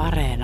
Areena.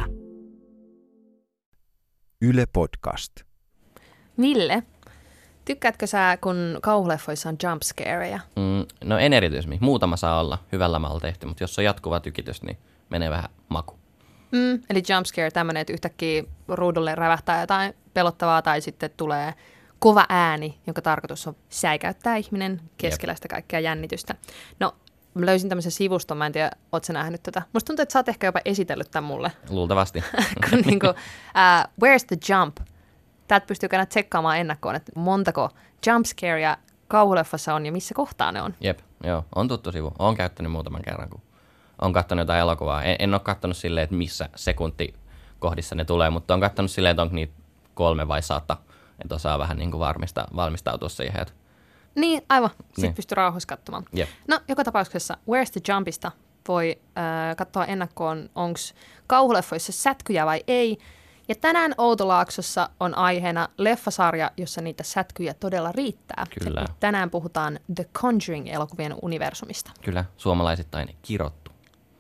Yle Podcast. Ville, tykkäätkö sä, kun kauhuleffoissa on jumpscareja? No en erityisesti. Muutama saa olla hyvällä maalla tehty, mutta jos on jatkuva tykitys, niin menee vähän maku. Eli jumpscare tämmöinen, että yhtäkkiä ruudulle rävähtää jotain pelottavaa tai sitten tulee kova ääni, jonka tarkoitus on säikäyttää ihminen keskellä sitä kaikkea jännitystä. No, mä löysin tämmöisen sivuston, mä en tiedä, oot sä nähnyt tätä. Musta tuntuu, että sä oot ehkä jopa esitellyt tämän mulle. Luultavasti. Kun niinku, where's the jump? Täältä pystyy käydä tsekkaamaan ennakkoon, että montako jumpscarea kauhuleffassa on ja missä kohtaa ne on. Jep, joo, on tuttu sivu. Oon käyttänyt muutaman kerran, kun oon katsonut jotain elokuvaa. En ole katsonut silleen, että missä sekuntikohdissa ne tulee, mutta oon katsonut silleen, että onko niitä 3 vai 100. Että osaa vähän niin kuin valmistautua siihen. Että niin, aivan. Sitten niin. pystyy rauhassa katsomaan. Jep. No, joka tapauksessa Where's the Jumpista voi katsoa ennakkoon, onko kauhuleffoissa sätkyjä vai ei. Ja tänään Outolaaksossa on aiheena leffasarja, jossa niitä sätkyjä todella riittää. Kyllä. Ja tänään puhutaan The Conjuring-elokuvien universumista. Kyllä, suomalaisittain kirottu.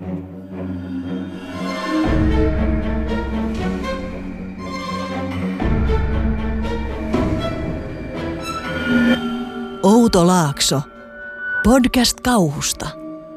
Outolaakso. Podcast kauhusta.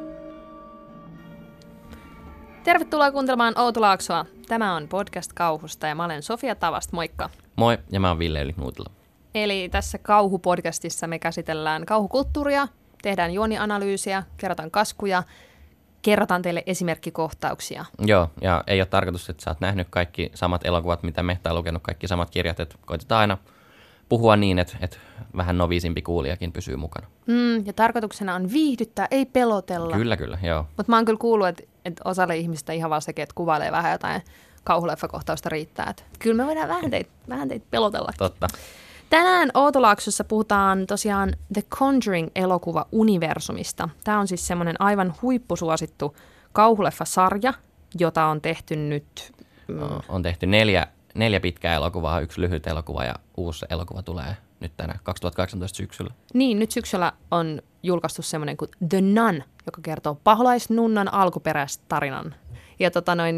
Tervetuloa kuuntelemaan Outolaaksoa. Tämä on podcast kauhusta ja mä olen Sofia Tavast. Moikka. Moi, ja mä oon Ville Yli-Nuutila. Eli tässä kauhupodcastissa me käsitellään kauhukulttuuria, tehdään juonianalyysiä, kerrotaan kaskuja, kerrotaan teille esimerkkikohtauksia. Joo, ja ei ole tarkoitus, että sä oot nähnyt kaikki samat elokuvat, mitä me, tai lukenut kaikki samat kirjat, että koitetaan aina puhua niin, että vähän noviisimpi kuulijakin pysyy mukana. Ja tarkoituksena on viihdyttää, ei pelotella. Kyllä, joo. Mutta mä oon kyllä kuullut, että osalle ihmistä ihan vaan sekin, että kuvailee vähän jotain kauhuleffakohtausta riittää. Et kyllä me voidaan vähän teitä pelotella. Totta. Tänään Outolaaksossa puhutaan tosiaan The Conjuring-elokuva-universumista. Tämä on siis semmoinen aivan huippusuosittu kauhuleffasarja, jota on tehty nyt... On tehty neljä pitkää elokuvaa, 1 lyhyt elokuva ja uusi elokuva tulee nyt tänä 2018 syksyllä. Niin, nyt syksyllä on julkaistu semmoinen kuin The Nun, joka kertoo paholaisnunnan alkuperäistä tarinan. Ja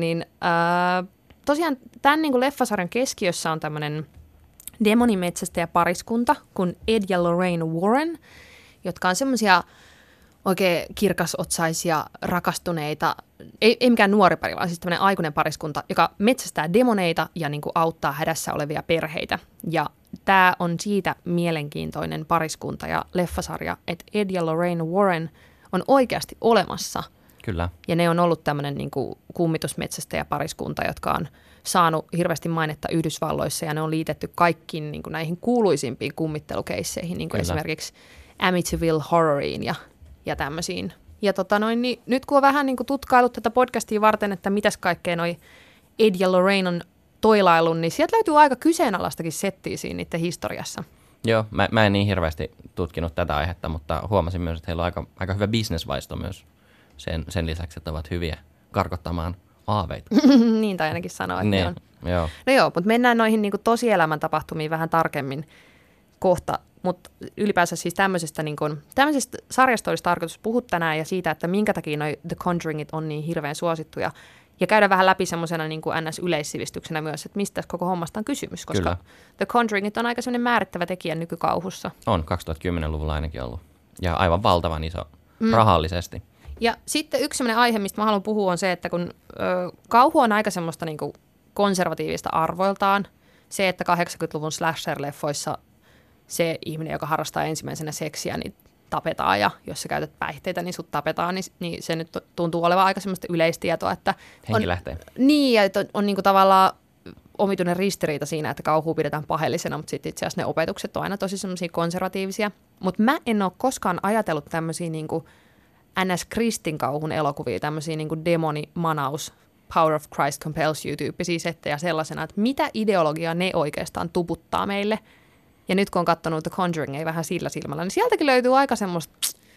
tosiaan tämän niin kuin leffasarjan keskiössä on tämmöinen demonimetsästäjä pariskunta kuin Ed ja Lorraine Warren, jotka on semmoisia oikein kirkasotsaisia, rakastuneita, ei mikään nuori pari, vaan siis tämmöinen aikuinen pariskunta, joka metsästää demoneita ja niin kuin auttaa hädässä olevia perheitä. Ja tämä on siitä mielenkiintoinen pariskunta ja leffasarja, että Ed ja Lorraine Warren on oikeasti olemassa. Kyllä. Ja ne on ollut tämmöinen niin kuin kummitusmetsästäjä pariskunta, jotka on saanut hirveästi mainetta Yhdysvalloissa ja ne on liitetty kaikkiin niin kuin näihin kuuluisimpiin kummittelukeisseihin, niin kuin esimerkiksi Amityville Horroriin ja tämmöisiin. Ja niin nyt kun on vähän niin kuin tutkailut tätä podcastia varten, että mitäs kaikkea noi Ed ja Lorraine on toilailun, niin sieltä löytyy aika kyseenalaistakin settiä siinä niiden historiassa. Joo, mä en niin hirveästi tutkinut tätä aihetta, mutta huomasin myös, että heillä on aika hyvä bisnesvaisto myös sen lisäksi, että ovat hyviä karkottamaan aaveita. Niin tai ainakin sanoa, että ne on. Joo. No joo, mutta mennään noihin niin kuin tosielämän tapahtumiin vähän tarkemmin kohta. Mutta ylipäänsä siis tämmöisestä sarjasta olisi tarkoitus puhua tänään ja siitä, että minkä takia noi The Conjuringit on niin hirveän suosittuja. Ja käydä vähän läpi semmoisena niin kuin NS-yleissivistyksenä myös, että mistä koko hommasta on kysymys. Koska Kyllä. The Conjuringit on aika semmoinen määrittävä tekijä nykykauhussa. On 2010-luvulla ainakin ollut. Ja aivan valtavan iso rahallisesti. Ja sitten yksi semmoinen aihe, mistä mä haluan puhua, on se, että kun kauhu on aika semmoista niin kuin konservatiivista arvoiltaan. Se, että 80-luvun slasher-leffoissa se ihminen, joka harrastaa ensimmäisenä seksiä, niin tapetaan ja jos sä käytät päihteitä, niin sut tapetaan, niin se nyt tuntuu olevan aika semmoista yleistietoa, että Henki lähtee. Niin, ja on niinku tavallaan omituinen ristiriita siinä, että kauhua pidetään paheellisena, mutta sitten itse asiassa ne opetukset on aina tosi semmoisia konservatiivisia. Mutta mä en ole koskaan ajatellut tämmöisiä niinku NS-kristinkauhun elokuvia, tämmöisiä niinku demoni-manaus, Power of Christ Compels You-tyyppisiä settejä sellaisena, että mitä ideologiaa ne oikeastaan tuputtaa meille. Ja nyt kun on katsonut The Conjuring ei vähän sillä silmällä, niin sieltäkin löytyy aika semmoista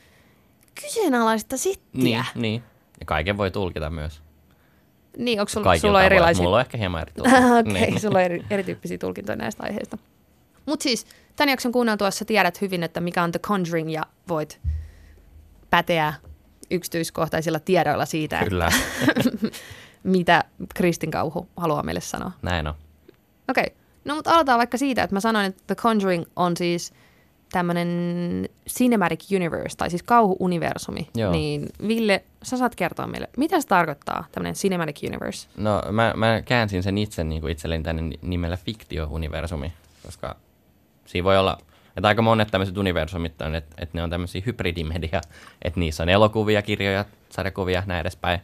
kyseenalaista sittiä. Niin. Ja kaiken voi tulkita myös. Niin, onko sulla erilaisia? Mulla on ehkä hieman eri tulkintoja. Okei, sulla on erityyppisiä tulkintoja näistä aiheista. Mutta siis tämän jakson kuunneltuessa tiedät hyvin, että mikä on The Conjuring ja voit päteä yksityiskohtaisilla tiedoilla siitä, Kyllä. mitä Kristin kauhu haluaa meille sanoa. Näin on. Okei. No mutta aloitetaan vaikka siitä, että mä sanoin, että The Conjuring on siis tämmöinen cinematic universe, tai siis kauhu-universumi. Joo. Niin Ville, sä saat kertoa meille, mitä se tarkoittaa, tämmöinen cinematic universe? No mä käänsin sen itse niin kuin itselleni tänne nimellä fiktio-universumi, koska siinä voi olla, että aika monet tämmöiset universumit on, että ne on tämmöisiä hybridimedia, että niissä on elokuvia, kirjoja, sarjakuvia, näin edespäin.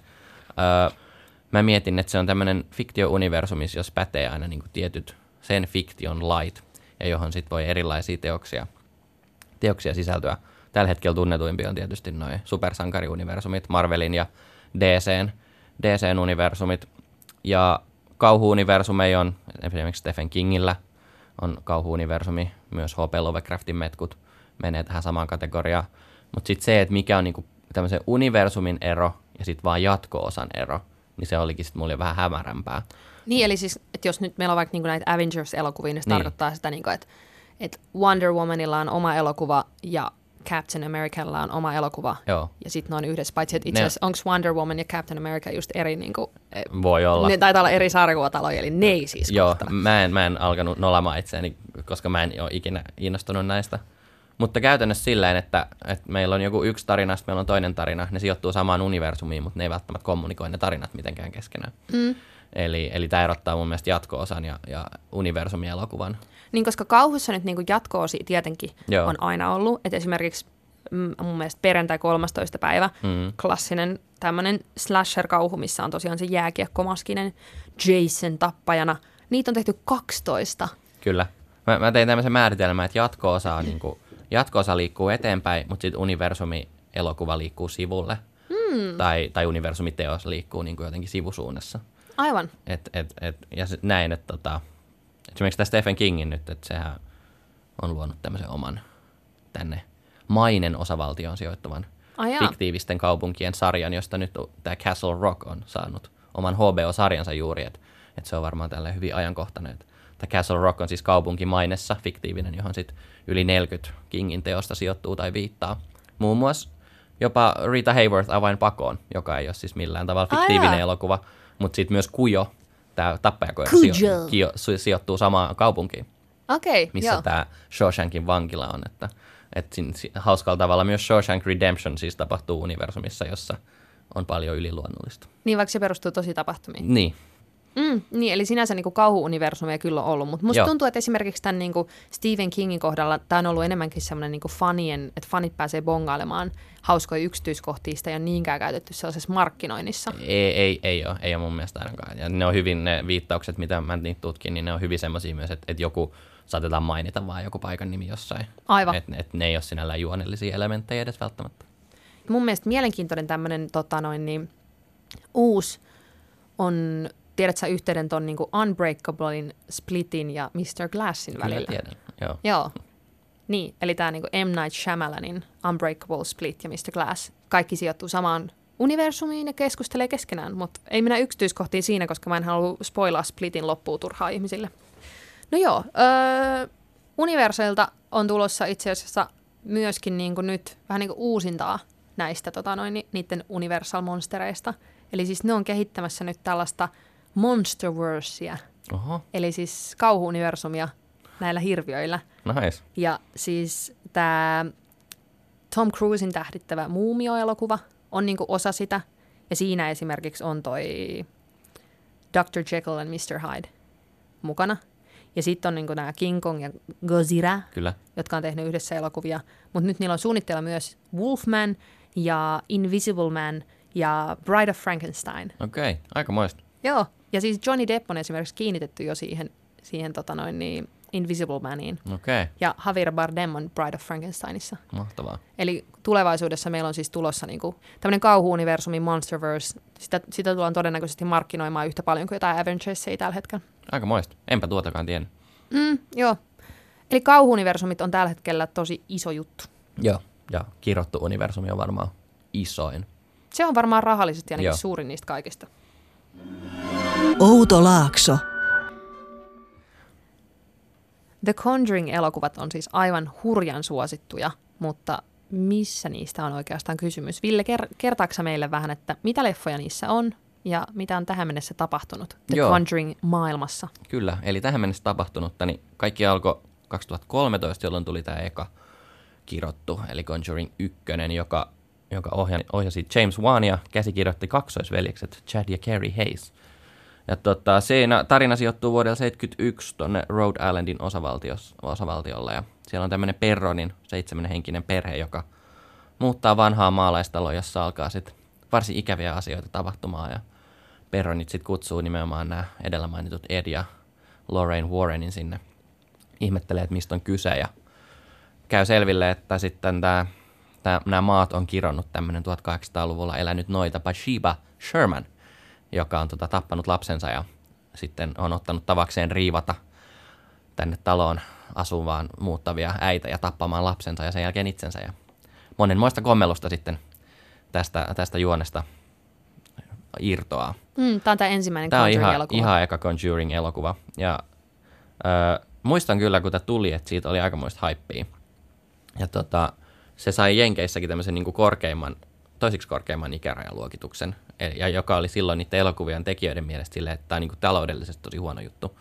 Mä mietin, että se on tämmöinen fiktio-universumi, jos pätee aina niin kuin tietyt sen fiktion lait, ja johon sitten voi erilaisia teoksia sisältyä. Tällä hetkellä tunnetuimpia on tietysti nuo supersankariuniversumit, Marvelin ja DCn universumit. Ja kauhu-universumeja on esimerkiksi Stephen Kingillä on kauhu-universumi, myös H.P. Lovecraftin metkut menee tähän samaan kategoriaan. Mutta sitten se, että mikä on niinku tämmöisen universumin ero ja sitten vaan jatko-osan ero, niin se olikin sitten mulle vähän hämärämpää. Niin, eli siis, että jos nyt meillä on vaikka niinku näitä Avengers-elokuvia, niin se tarkoittaa sitä, niinku, että Wonder Womanilla on oma elokuva ja Captain Americalla on oma elokuva. Joo. Ja sitten ne on yhdessä, paitsi että itse asiassa onko Wonder Woman ja Captain America just eri, niinku, voi olla. Ne taitaa olla eri sarjakuvataloja, eli ne ei siis Joo, kohtele. mä en alkanut nolamaan itseäni, koska mä en ole ikinä innostunut näistä. Mutta käytännössä silleen, että meillä on joku yksi tarina, sitten meillä on toinen tarina. Ne sijoittuu samaan universumiin, mutta ne ei välttämättä kommunikoi ne tarinat mitenkään keskenään. Eli tämä erottaa mun mielestä jatko-osan ja universumin elokuvan. Niin, koska kauhussa nyt niinku jatko-osia tietenkin Joo. on aina ollut. Että esimerkiksi mun mielestä perjantai 13. päivä, klassinen tämmöinen slasher-kauhu, missä on tosiaan se jääkiekkomaskinen Jason tappajana. Niitä on tehty 12. Kyllä. Mä tein tämmöisen määritelmän, että jatko-osa liikkuu eteenpäin, mutta sitten universumi-elokuva liikkuu sivulle. Tai universumiteos liikkuu niin kuin jotenkin sivusuunnassa. Aivan. Ja näin, että esimerkiksi tämä Stephen Kingin nyt, että sehän on luonut tämmöisen oman tänne Mainen osavaltioon sijoittuvan fiktiivisten kaupunkien sarjan, josta nyt tämä Castle Rock on saanut oman HBO-sarjansa juuri, että se on varmaan tällä hyvin ajankohtainen. Tämä Castle Rock on siis kaupunki Mainessa, fiktiivinen, johon sitten yli 40 Kingin teosta sijoittuu tai viittaa. Muun muassa jopa Rita Hayworth Avain pakoon, joka ei ole siis millään tavalla fiktiivinen elokuva, mutta sitten myös Kujo, tämä tappajakoira, sijoittuu samaan kaupunkiin, missä tämä Shawshankin vankila on. Että hauskalla tavalla myös Shawshank Redemption siis tapahtuu universumissa, jossa on paljon yliluonnollista. Niin, vaikka se perustuu tosi tapahtumiin. Niin. Niin, eli sinänsä niin kauhu-universumia kyllä on ollut, mutta musta tuntuu, että esimerkiksi tämän niin Stephen Kingin kohdalla tämä on ollut enemmänkin semmoinen niin fanien, että fanit pääsee bongailemaan hauskoja yksityiskohtia, sitä ei ole niinkään käytetty sellaisessa markkinoinnissa. Ei ole mun mielestä ainakaan. Ja ne on hyvin, ne viittaukset, mitä mä niitä tutkin, niin ne on hyvin semmoisia myös, että joku saatetaan mainita vaan joku paikan nimi jossain. Aivan. Että ne ei ole sinällään juonellisia elementtejä edes välttämättä. Mun mielestä mielenkiintoinen tämmöinen uusi on... Tiedätkö sä yhteyden ton niin Unbreakablein, Splitin ja Mr. Glassin välillä? Kyllä tiedän, joo. Joo. Niin, eli tämä niin M. Night Shyamalanin Unbreakable, Split ja Mr. Glass. Kaikki sijoittuu samaan universumiin ja keskustelee keskenään, mutta ei mennä yksityiskohtiin siinä, koska mä en halua spoilaa Splitin loppuun turhaa ihmisille. No joo, Universalilta on tulossa itse asiassa myöskin niin kuin nyt vähän niin kuin uusintaa näistä niiden Universal-monstereista. Eli siis ne on kehittämässä nyt tällaista Monsterversea, eli siis kauhu-universumia näillä hirviöillä. Nice. Ja siis tämä Tom Cruisen tähdittävä Muumio-elokuva on niinku osa sitä, ja siinä esimerkiksi on toi Dr. Jekyll and Mr. Hyde mukana. Ja sitten on niinku nämä King Kong ja Godzilla, Kyllä. jotka on tehnyt yhdessä elokuvia. Mutta nyt niillä on suunnitteilla myös Wolfman ja Invisible Man ja Bride of Frankenstein. Okei, aikamoista. Joo, ja siis Johnny Depp on esimerkiksi kiinnitetty jo siihen Invisible Maniin. Okei. Ja Javier Bardem on Bride of Frankensteinissa. Mahtavaa. Eli tulevaisuudessa meillä on siis tulossa niinku tämmöinen kauhu-universumi Monsterverse. Sitä tullaan todennäköisesti markkinoimaan yhtä paljon kuin jotain Avengersia tällä hetkellä. Aikamoista. Enpä tuotakaan tiennyt. Joo. Eli kauhu-universumit on tällä hetkellä tosi iso juttu. Joo. Ja kirottu universumi on varmaan isoin. Se on varmaan rahallisesti ainakin suurin niistä kaikista. Outo Laakso. The Conjuring-elokuvat on siis aivan hurjan suosittuja, mutta missä niistä on oikeastaan kysymys? Ville, kertaatko meille vähän, että mitä leffoja niissä on, ja mitä on tähän mennessä tapahtunut The Joo. Conjuring-maailmassa. Kyllä, eli tähän mennessä tapahtunutta, niin kaikki alkoi 2013, jolloin tuli tämä eka kirottu, eli Conjuring 1, joka ohjasi James Wan ja käsikirjoitti kaksoisveljekset Chad ja Carrie Hayes. Ja siinä tarina sijoittuu vuodella 1971 tuonne Rhode Islandin osavaltiolla, ja siellä on tämmöinen Perronin 7-henkinen perhe, joka muuttaa vanhaa maalaistaloa, jossa alkaa sitten varsin ikäviä asioita tapahtumaan, ja Perronit sitten kutsuu nimenomaan nämä edellä mainitut Ed ja Lorraine Warrenin sinne ihmettelee, että mistä on kyse, ja käy selville, että sitten nämä maat on kironnut tämmöinen 1800-luvulla elänyt noita Bathsheba Sherman, joka on tappanut lapsensa ja sitten on ottanut tavakseen riivata tänne taloon asuvaan muuttavia äitä ja tappamaan lapsensa ja sen jälkeen itsensä. Ja monenmoista kommelusta sitten tästä juonesta irtoaa. Tämä on tämä ensimmäinen Tämä on Conjuring-elokuva. ihan eka Conjuring-elokuva. Ja muistan kyllä, kun tämä tuli, että siitä oli aikamoista hypeä. Ja se sai Jenkeissäkin tämmöisen niin kuin toisiksi korkeimman ikärajaluokituksen, ja joka oli silloin niiden elokuvien tekijöiden mielestä silleen, että tämä on niin kuin taloudellisesti tosi huono juttu.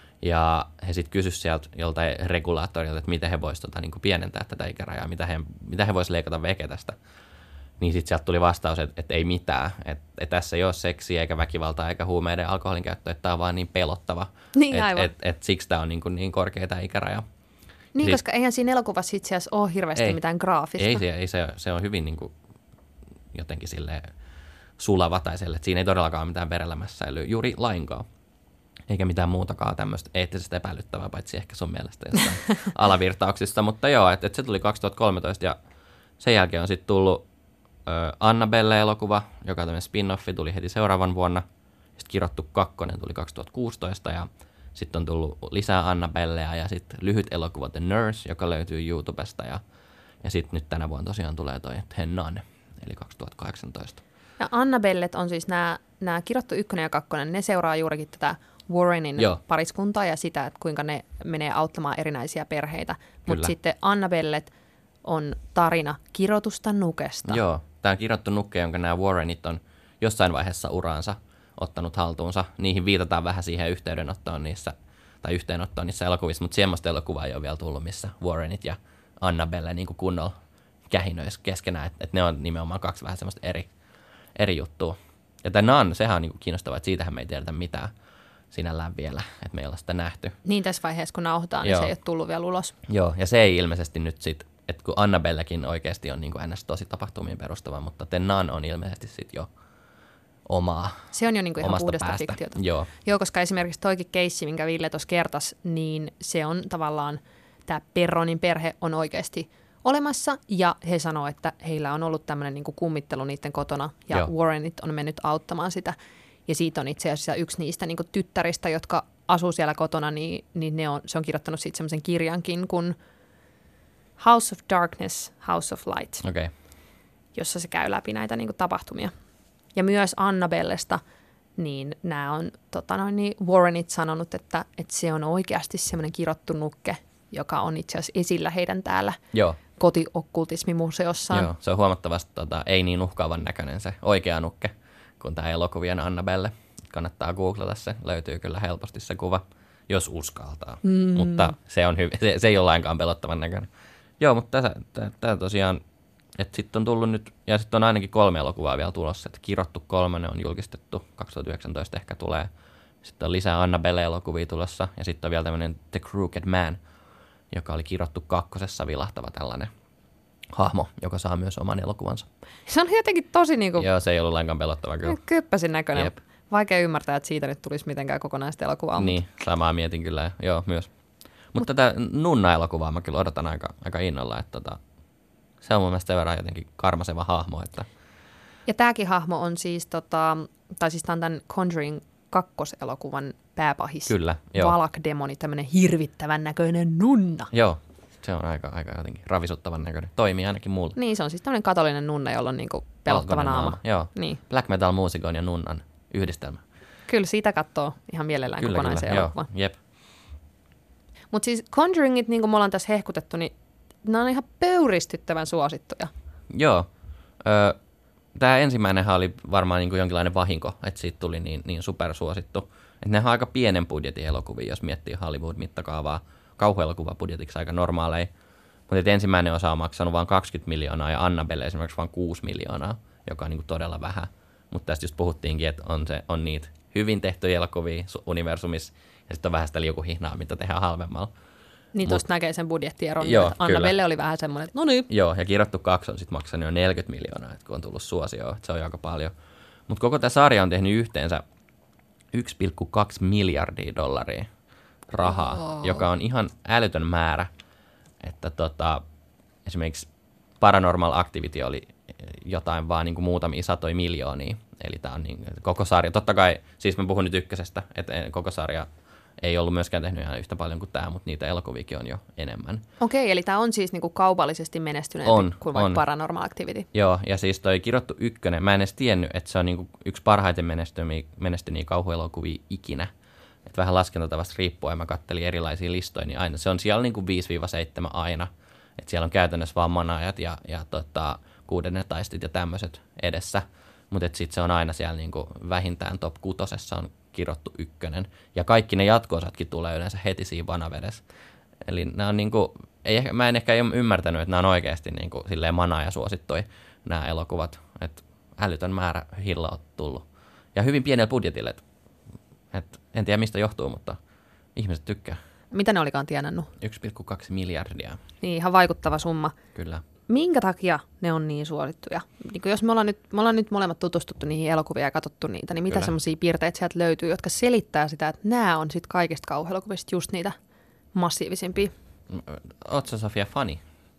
Ja he sitten kysyivät sieltä joltain regulaattorilta, että miten he voisivat niin kuin pienentää tätä ikärajaa, mitä he voisivat leikata veke tästä. Niin sitten sieltä tuli vastaus, että ei mitään, että tässä ei ole seksiä eikä väkivaltaa eikä huumeiden ja alkoholin käyttöä, että tämä on vaan niin pelottava, Niin, aivan. että siksi tämä on niin korkea tämä ikäraja. Niin, koska eihän siinä elokuvassa itse asiassa ole hirveästi mitään graafista. Ei se on hyvin niin kuin jotenkin silleen sulava tai sellainen, että siinä ei todellakaan ole mitään verelämässäilyä juuri lainkaan. Eikä mitään muutakaan tämmöistä eettisesti epäilyttävää, paitsi ehkä sun mielestä jostain alavirtauksista. Mutta joo, että se tuli 2013 ja sen jälkeen on sitten tullut Annabelle-elokuva, joka on tämmöinen spin-offi, tuli heti seuraavan vuonna. Sitten Kirottu 2 tuli 2016 ja sitten on tullut lisää Annabellea ja sitten lyhyt elokuva The Nurse, joka löytyy YouTubesta. Ja sitten nyt tänä vuonna tosiaan tulee toi The Nun, eli 2018. Ja Annabellet on siis nämä Kirottu 1 ja 2, ne seuraa juurikin tätä Warrenin pariskuntaa ja sitä, että kuinka ne menee auttamaan erinäisiä perheitä. Mutta sitten Annabellet on tarina kirotusta nukesta. Joo, tämä on kirottu nukke, jonka nämä Warrenit on jossain vaiheessa uraansa ottanut haltuunsa. Niihin viitataan vähän siihen yhteenottoon niissä elokuvissa, mutta semmoista elokuvaa ei ole vielä tullut, missä Warrenit ja Annabelle niin kuin kunnolla kähinöisi keskenään. Että ne on nimenomaan kaksi vähän semmoista eri juttua. Ja tämä Nun, sehän on niin kuin kiinnostavaa, että siitähän me ei tiedetä mitään sinällään vielä, että me ei olla sitä nähty. Niin tässä vaiheessa, kun nauhoitetaan, niin se ei ole tullut vielä ulos. Joo, ja se ei ilmeisesti nyt sitten, että kun Annabellekin oikeasti on niin kuin ns. Tosi tapahtumien perustava, mutta The Nun on ilmeisesti sitten jo omaa. Se on jo niin kuin ihan puhdasta päästä. fiktiota. Joo, koska esimerkiksi toikin keissi, minkä Ville tuossa kertasi, niin se on tavallaan, tämä Perronin perhe on oikeasti olemassa, ja he sanoo, että heillä on ollut tämmöinen niin kuin kummittelu niiden kotona, ja Warrenit on mennyt auttamaan sitä. Ja siitä on itse asiassa yksi niistä niin kuin tyttäristä, jotka asuu siellä kotona, niin se on kirjoittanut siitä semmoisen kirjankin kuin House of Darkness, House of Light, jossa se käy läpi näitä niin kuin tapahtumia. Ja myös Annabellesta, niin nämä on Warrenit sanonut, että se on oikeasti semmoinen kirottu nukke, joka on itse asiassa esillä heidän täällä kotiokkultismimuseossaan. Joo, se on huomattavasti ei niin uhkaavan näköinen se oikea nukke kuin tämä elokuvien Annabelle. Kannattaa googlata se, löytyy kyllä helposti se kuva, jos uskaltaa. Mutta se on se ei ole lainkaan pelottavan näköinen. Joo, mutta tämä tosiaan, että sitten on tullut nyt, ja sitten on ainakin 3 elokuvaa vielä tulossa, että Kirottu 3 on julkistettu, 2019 ehkä tulee. Sitten on lisää Annabelle-elokuvia tulossa, ja sitten on vielä tämmöinen The Crooked Man, joka oli Kirottu 2 vilahtava tällainen hahmo, joka saa myös oman elokuvansa. Se on jotenkin tosi niinku... Joo, se ei ollut lainkaan pelottava kyllä. Köppäsin näköinen. Jep. Vaikea ymmärtää, että siitä nyt tulisi mitenkään kokonaista elokuvaa. Niin, samaa mietin kyllä, joo, myös. Mutta tätä Nunna-elokuvaa mä kyllä odotan aika innolla, että se on mun mielestä sen verran jotenkin karmaseva hahmo. Että... Ja tämäkin hahmo on siis, tämä on tämän Conjuring 2-elokuvan pääpahis. Kyllä, joo. Valak-demoni, tämmöinen hirvittävän näköinen nunna. Joo, se on aika jotenkin ravisuttavan näköinen. Toimii ainakin mulle. Niin, se on siis tämmöinen katolinen nunna, jolla on niinku pelottava naama. Joo, niin. Black metal-muusikon ja nunnan yhdistelmä. Kyllä, siitä katsoo ihan mielellään kokonaisen elokuvan. Joo, jep. Mutta siis Conjuringit, niin kuin me ollaan tässä hehkutettu, niin nämä on ihan pöyristyttävän suosittuja. Joo. Tämä ensimmäinenhän oli varmaan niin kuin jonkinlainen vahinko, että siitä tuli niin supersuosittu. Että nehän on aika pienen budjetin elokuvia, jos miettii Hollywood-mittakaavaa. Kauhuelokuvabudjetiksi aika normaaleja. Mutta ensimmäinen osa on maksanut vain 20 miljoonaa ja Annabelle esimerkiksi vain 6 miljoonaa, joka on niin kuin todella vähän. Mutta tästä just puhuttiinkin, että on niitä hyvin tehtyjä elokuvia universumissa ja sitten on vähän sitä liukuhihnaa, mitä tehdään halvemmalla. Niin tuosta näkee sen budjettieron, joo, että Annabelle oli vähän semmoinen, että no niin. Joo, ja Kirottu 2 on sitten maksanut jo 40 miljoonaa, että kun on tullut suosioon, että se on jo aika paljon. Mutta koko tämä sarja on tehnyt yhteensä 1,2 miljardia dollaria rahaa, joka on ihan älytön määrä. Että esimerkiksi Paranormal Activity oli jotain vaan niin kuin muutamia satoja miljoonia. Eli tämä on niin, koko sarja. Totta kai, siis mä puhun nyt ykkösestä, että koko sarja ei ollut myöskään tehnyt ihan yhtä paljon kuin tämä, mutta niitä elokuviakin on jo enemmän. Okei, eli tämä on siis niinku kaupallisesti menestyneempi kuin vaikka Paranormal Activity. Joo, ja siis toi Kirottu 1, mä en edes tiennyt, että se on niinku yksi parhaiten menestyniä kauhuelokuvia ikinä. Et vähän laskentatavasta riippuen, mä kattelin erilaisia listoja, niin aina se on siellä niinku 5-7 aina. Et siellä on käytännössä vaan manaajat ja kuudennetastit ja tämmöiset edessä. Mutta sitten se on aina siellä niinku vähintään top 6 on Kirottu 1. Ja kaikki ne jatko-osatkin tulee yleensä heti siinä vanavedessä. Eli nämä on niinku, mä en ehkä ymmärtänyt, että nämä on oikeasti niinku silleen manaajasuosittuja nämä elokuvat. Et älytön määrä hilla on tullut. Ja hyvin pienellä budjetilla. Et en tiedä mistä johtuu, mutta ihmiset tykkää. Mitä ne olikaan tienannut? 1,2 miljardia. Niin, ihan vaikuttava summa. Kyllä. Minkä takia ne on niin suosittuja? Niin jos me ollaan nyt molemmat tutustuttu niihin elokuviin ja katsottu niitä, niin mitä semmoisia piirteitä sieltä löytyy, jotka selittää sitä, että nämä on sitten kaikista kauhuelokuvista just niitä massiivisimpia? Ootko sä, Sofia, fani?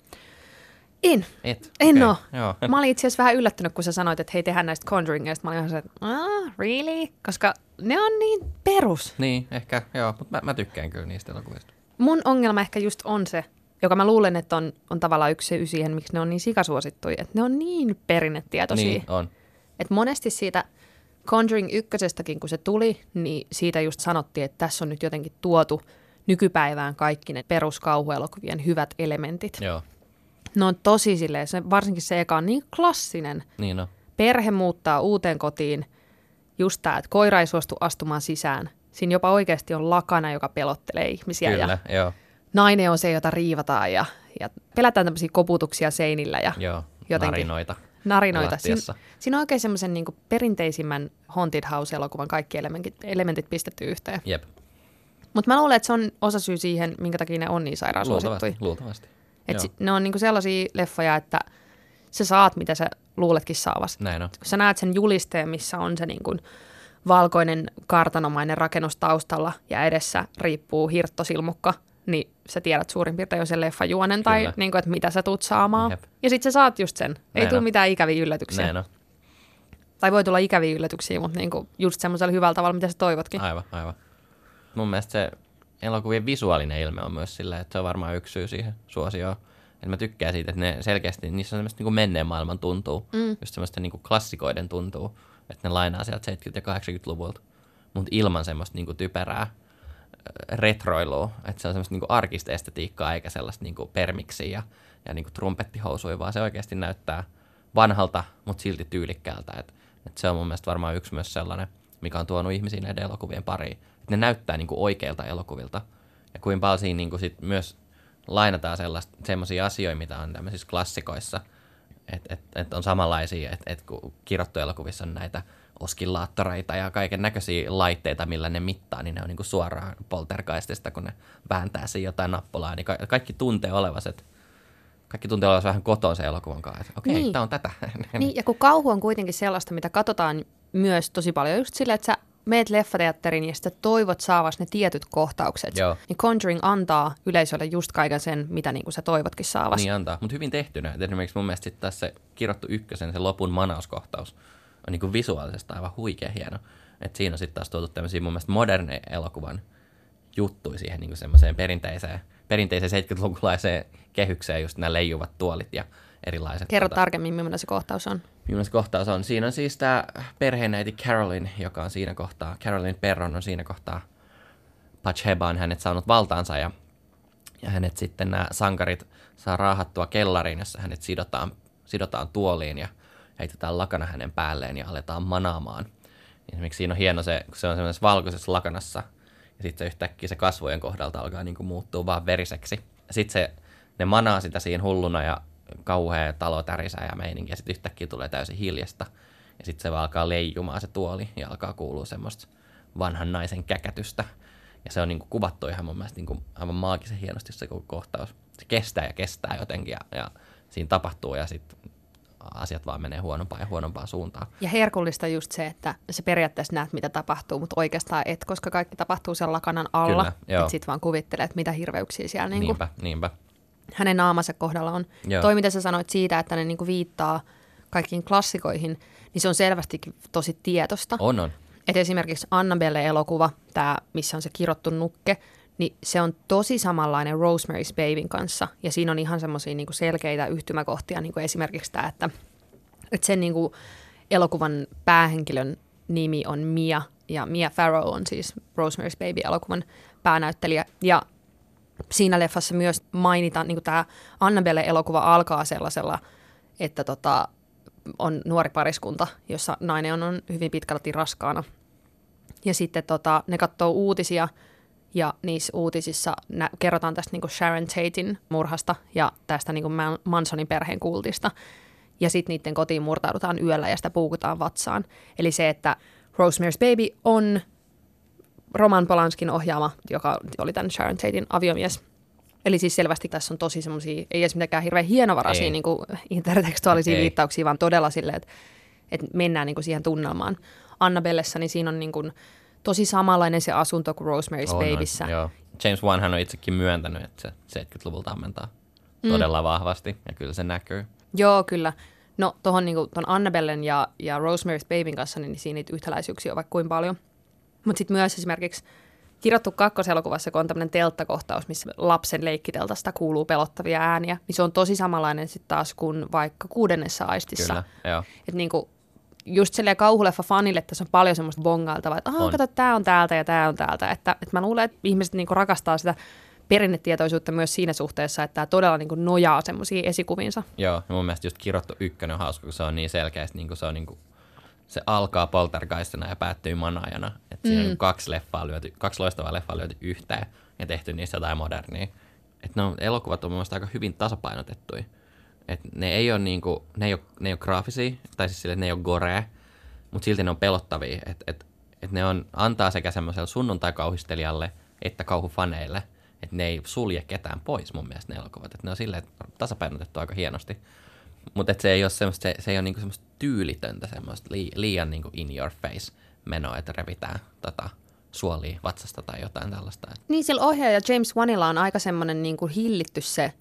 En. En ole. Mä olin itse asiassa vähän yllättynyt, kun sä sanoit, että hei, tehdään näistä Conjuringeista. Mä olin ihan se, että really? Koska ne on niin perus. Niin, ehkä, joo, mutta mä tykkään kyllä niistä elokuvista. Mun ongelma ehkä just on se, joka mä luulen, että on tavallaan yksi syy siihen, miksi ne on niin sikasuosittuja, että ne on niin perinnetietoisia. Niin, on. Että monesti siitä Conjuring 1:stäkin, kun se tuli, niin siitä just sanottiin, että tässä on nyt jotenkin tuotu nykypäivään kaikki ne peruskauhuelokuvien hyvät elementit. Joo. Ne on tosi silleen, varsinkin se eka on niin klassinen. Niin on. Perhe muuttaa uuteen kotiin, just tämä, että koira ei suostu astumaan sisään. Siinä jopa oikeasti on lakana, joka pelottelee ihmisiä. Kyllä, ja joo. nainen on se, jota riivataan ja pelätään tämmöisiä koputuksia seinillä. Ja joo, jotenkin narinoita. Siinä on oikein semmoisen niin kuin perinteisimmän Haunted House-elokuvan kaikki elementit pistetty yhteen. Jep. Mutta mä luulen, että se on osasyy siihen, minkä takia ne on niin sairaan suosittuja. Luultavasti. Ne on niinku sellaisia leffoja, että sä saat, mitä sä luuletkin saavasi. Näin on. Kun sä näet sen julisteen, missä on se niinku valkoinen kartanomainen rakennus taustalla ja edessä riippuu hirttosilmukka, niin sä tiedät suurin piirtein jo sen leffan juonen tai niinku, että mitä sä tuut saamaan. Jep. Ja sit sä saat just sen. Ei tule mitään ikäviä yllätyksiä. Näin on. Tai voi tulla ikäviä yllätyksiä, mutta niinku just semmoisella hyvällä tavalla, mitä sä toivotkin. Aivan. Mun mielestä se elokuvien visuaalinen ilme on myös sillä, että se on varmaan yksi syy siihen suosioon. Et mä tykkään siitä, että ne selkeästi, niissä on semmoista niin kuin menneen maailman tuntuu. Just semmoista niin kuin klassikoiden tuntuu, että ne lainaa sieltä 70- ja 80-luvulta. Mutta ilman semmoista niin kuin typerää retroilua. Että se on semmoista niin kuin arkista estetiikkaa, eikä sellaista niin kuin permiksiä ja niin kuin trumpettihousuja, vaan se oikeasti näyttää vanhalta, mutta silti tyylikkäältä. Et se on mun mielestä varmaan yksi myös sellainen, mikä on tuonut ihmisiä näiden elokuvien pariin. Ne näyttää niin kuin oikeilta elokuvilta. Ja kuin paljon siinä niin kuin sit myös lainataan semmoisia asioita, mitä on tämmöisissä klassikoissa, että on samanlaisia, että kun Kirottu elokuvissa on näitä oskillaattoreita ja kaiken näköisiä laitteita, millä ne mittaa, niin ne on niin kuin suoraan poltergeistista, kun ne vääntää siinä jotain nappulaa, niin kaikki tuntee olevassa vähän koton sen elokuvan kanssa, että okei, niin. Tää on tätä. Niin, ja kun kauhu on kuitenkin sellaista, mitä katsotaan myös tosi paljon just silleen, että sä meet leffateatteriin ja sitten toivot saavasi ne tietyt kohtaukset. Joo. Niin Conjuring antaa yleisölle just kaiken sen, mitä niinku sä toivotkin saavasi. Niin antaa, mutta hyvin tehtynä. Esimerkiksi mun mielestä tässä se Kirottu 1, se lopun manauskohtaus on niinku visuaalisesti aivan huikea hieno. Et siinä on sitten taas tuotu tämmöisiä mun mielestä moderni elokuvan juttuja siihen niinku semmoiseen perinteiseen 70-lukulaiseen kehykseen, just nämä leijuvat tuolit ja erilaiset. Kerro tarkemmin, millainen se kohtaus on. Millainen se kohtaus on? Siinä on siis tämä perheenäiti Carolyn, joka on siinä kohtaa, Carolyn Perron on siinä kohtaa, Bathsheba on hänet saanut valtaansa ja hänet sitten nämä sankarit saa raahattua kellariin, jossa hänet sidotaan tuoliin ja heitetään lakana hänen päälleen ja aletaan manaamaan. Esimerkiksi siinä on hieno se, kun se on semmoisessa valkoisessa lakanassa, ja sitten se yhtäkkiä se kasvojen kohdalta alkaa niin kuin muuttua vaan veriseksi. Ja sitten ne manaa sitä siinä hulluna ja kauhea talo tärisää ja meininki, ja sitten yhtäkkiä tulee täysin hiljasta. Ja sitten se vaan alkaa leijumaan se tuoli, ja alkaa kuulua semmoista vanhan naisen käkätystä. Ja se on niin kuin kuvattu ihan mun mielestä niin kuin aivan maagisen hienosti se kohtaus. Se kestää ja kestää jotenkin, ja siinä tapahtuu, ja sitten asiat vaan menee huonompaan ja huonompaan suuntaan. Ja herkullista just se, että se periaatteessa näet, mitä tapahtuu, mutta oikeastaan et, koska kaikki tapahtuu sen lakanan alla. Että sit vaan kuvittelee, että mitä hirveyksiä siellä Niinpä. Hänen naamansa kohdalla on. Joo. Toi, mitä sä sanoit siitä, että ne niinku viittaa kaikkiin klassikoihin, niin se on selvästikin tosi tietosta. On. Et esimerkiksi Annabelle-elokuva, tää, missä on se kirottu nukke, niin se on tosi samanlainen Rosemary's Babyn kanssa. Ja siinä on ihan semmoisia niinku selkeitä yhtymäkohtia, niinku esimerkiksi tämä, että sen niinku elokuvan päähenkilön nimi on Mia, ja Mia Farrow on siis Rosemary's Baby-elokuvan päänäyttelijä. Ja siinä leffassa myös mainitaan, niinku tämä Annabelle-elokuva alkaa sellaisella, että on nuori pariskunta, jossa nainen on hyvin pitkälti raskaana. Ja sitten ne katsoo uutisia, ja niissä uutisissa kerrotaan tästä niinku Sharon Taten murhasta ja tästä niinku Mansonin perheen kultista. Ja sitten niiden kotiin murtaudutaan yöllä ja sitä puukutaan vatsaan. Eli se, että Rosemary's Baby on Roman Polanskin ohjaama, joka oli tämän Sharon Taten aviomies. Eli siis selvästi tässä on tosi semmoisia, ei edes mitenkään hirveän hienovaraisia niinku intertekstuaalisia viittauksia, vaan todella silleen, että mennään niinku siihen tunnelmaan. Annabellessa, niin siinä on niinku tosi samanlainen se asunto kuin Rosemary's Babyssä. Joo. James Wanhan on itsekin myöntänyt, että se 70-luvulta ammentaa todella vahvasti, ja kyllä se näkyy. Joo, kyllä. No tuohon niinku, ton Annabellen ja Rosemary's Babyn kanssa, niin siinä niitä yhtäläisyyksiä on vaikka kuin paljon. Mutta sitten myös esimerkiksi Kirottu kakkoselokuvassa, kun on tämmöinen telttakohtaus, missä lapsen leikkiteltasta kuuluu pelottavia ääniä, niin se on tosi samanlainen sitten taas kuin vaikka Kuudennessa aistissa. Kyllä, joo. Että niinku, just silleen kauhuleffa-fanille tässä on paljon semmoista bongailtavaa, että kato, tää on täältä ja tää on täältä. Että mä luulen, että ihmiset niinku rakastaa sitä perinnetietoisuutta myös siinä suhteessa, että tämä todella niinku nojaa semmoisiin esikuviinsa. Joo, ja mun mielestä just Kirottu ykkönen on hauska, kun se on niin selkeästi, niin se on niinku, se alkaa poltergeistina ja päättyy manaajana. Että siinä on kaksi loistavaa leffaa lyöty yhteen ja tehty niistä jotain modernia. Että elokuvat on mun mielestä aika hyvin tasapainotettuja. Että ne ei ole niinku, ne ei ole graafisia, tai siis sille, ne ei ole gorea, mutta silti ne on pelottavia. Että ne antaa sekä semmoiselle sunnuntai-kauhistelijalle että kauhufaneille, että ne ei sulje ketään pois mun mielestä ne elokuvat. Että ne on silleen tasapainotettu aika hienosti. Mutta se ei ole semmoista, se ei ole niinku semmoista tyylitöntä, semmoista liian niinku in your face menoa, että revitään suolia vatsasta tai jotain tällaista. Niin, sillä ohjaaja James Wanilla on aika semmoinen niinku hillitty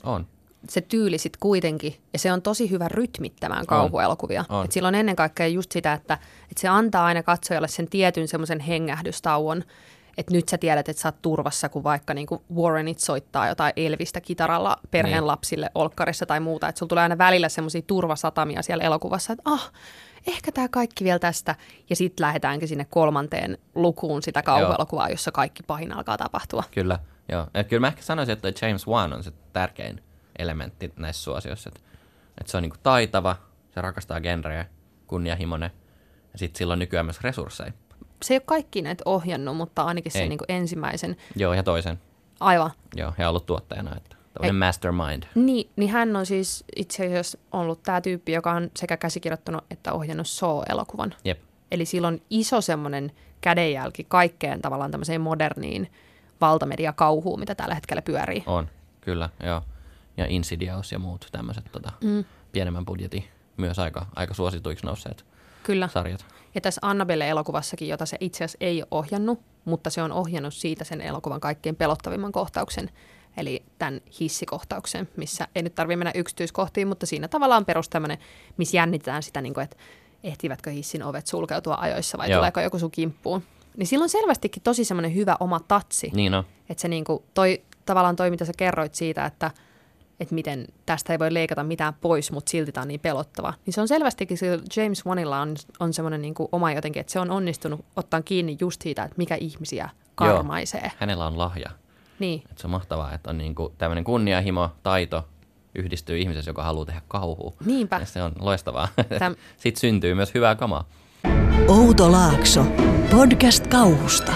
se tyyli sit kuitenkin, ja se on tosi hyvä rytmittämään kauhuelokuvia. Et sillä on ennen kaikkea just sitä, että se antaa aina katsojalle sen tietyn semmoisen hengähdystauon, että nyt sä tiedät, että sä oot turvassa, kun vaikka niinku Warrenit soittaa jotain Elvistä kitaralla perheen lapsille olkkarissa tai muuta. Että sulla tulee aina välillä semmoisia turvasatamia siellä elokuvassa, että ehkä tämä kaikki vielä tästä. Ja sitten lähdetäänkin sinne 3. lukuun sitä kauhuelokuvaa, jossa kaikki pahin alkaa tapahtua. Kyllä, joo. Et kyllä mä ehkä sanoisin, että James Wan on se tärkein elementti näissä suosioissa. Että se on niinku taitava, se rakastaa genreä, kunnianhimoinen ja sitten sillä on nykyään myös resursseja. Se ei ole kaikki näitä ohjannut, mutta ainakin se niinku ensimmäisen. Joo, ja toisen. Aivan. Joo, ja ollut tuottajana, että tämmöinen mastermind. Niin hän on siis itse asiassa ollut tämä tyyppi, joka on sekä käsikirjoittanut että ohjannut Saw-elokuvan. Jep. Eli sillä on iso semmoinen kädenjälki kaikkeen tavallaan tämmöiseen moderniin valtamediakauhuun, mitä tällä hetkellä pyörii. On, kyllä, joo. Ja Insidious ja muut tämmöiset pienemmän budjetin myös aika suosituiksi nousseet sarjat. Ja tässä Annabelle-elokuvassakin, jota se itse asiassa ei ole ohjannut, mutta se on ohjannut siitä sen elokuvan kaikkein pelottavimman kohtauksen, eli tämän hissikohtauksen, missä ei nyt tarvitse mennä yksityiskohtiin, mutta siinä tavallaan perus tämmöinen, missä jännitetään sitä, että ehtivätkö hissin ovet sulkeutua ajoissa vai tuleeko joku sun kimppuun. Niin sillä on selvästikin tosi semmoinen hyvä oma tatsi. Niin on. Että se tavallaan toi, mitä sä kerroit siitä, että miten tästä ei voi leikata mitään pois, mutta silti tämä on niin pelottava. Niin se on selvästikin, James Wanilla on semmoinen niin kuin oma jotenkin, että se on onnistunut ottaa kiinni just siitä, että mikä ihmisiä karmaisee. Joo, hänellä on lahja. Niin. Että se on mahtavaa, että on niin kuin tämmöinen kunnianhimo, taito yhdistyy ihmisessä, joka haluaa tehdä kauhua. Niinpä. Ja se on loistavaa. Sitten syntyy myös hyvää kamaa. Outo Laakso, podcast kauhusta.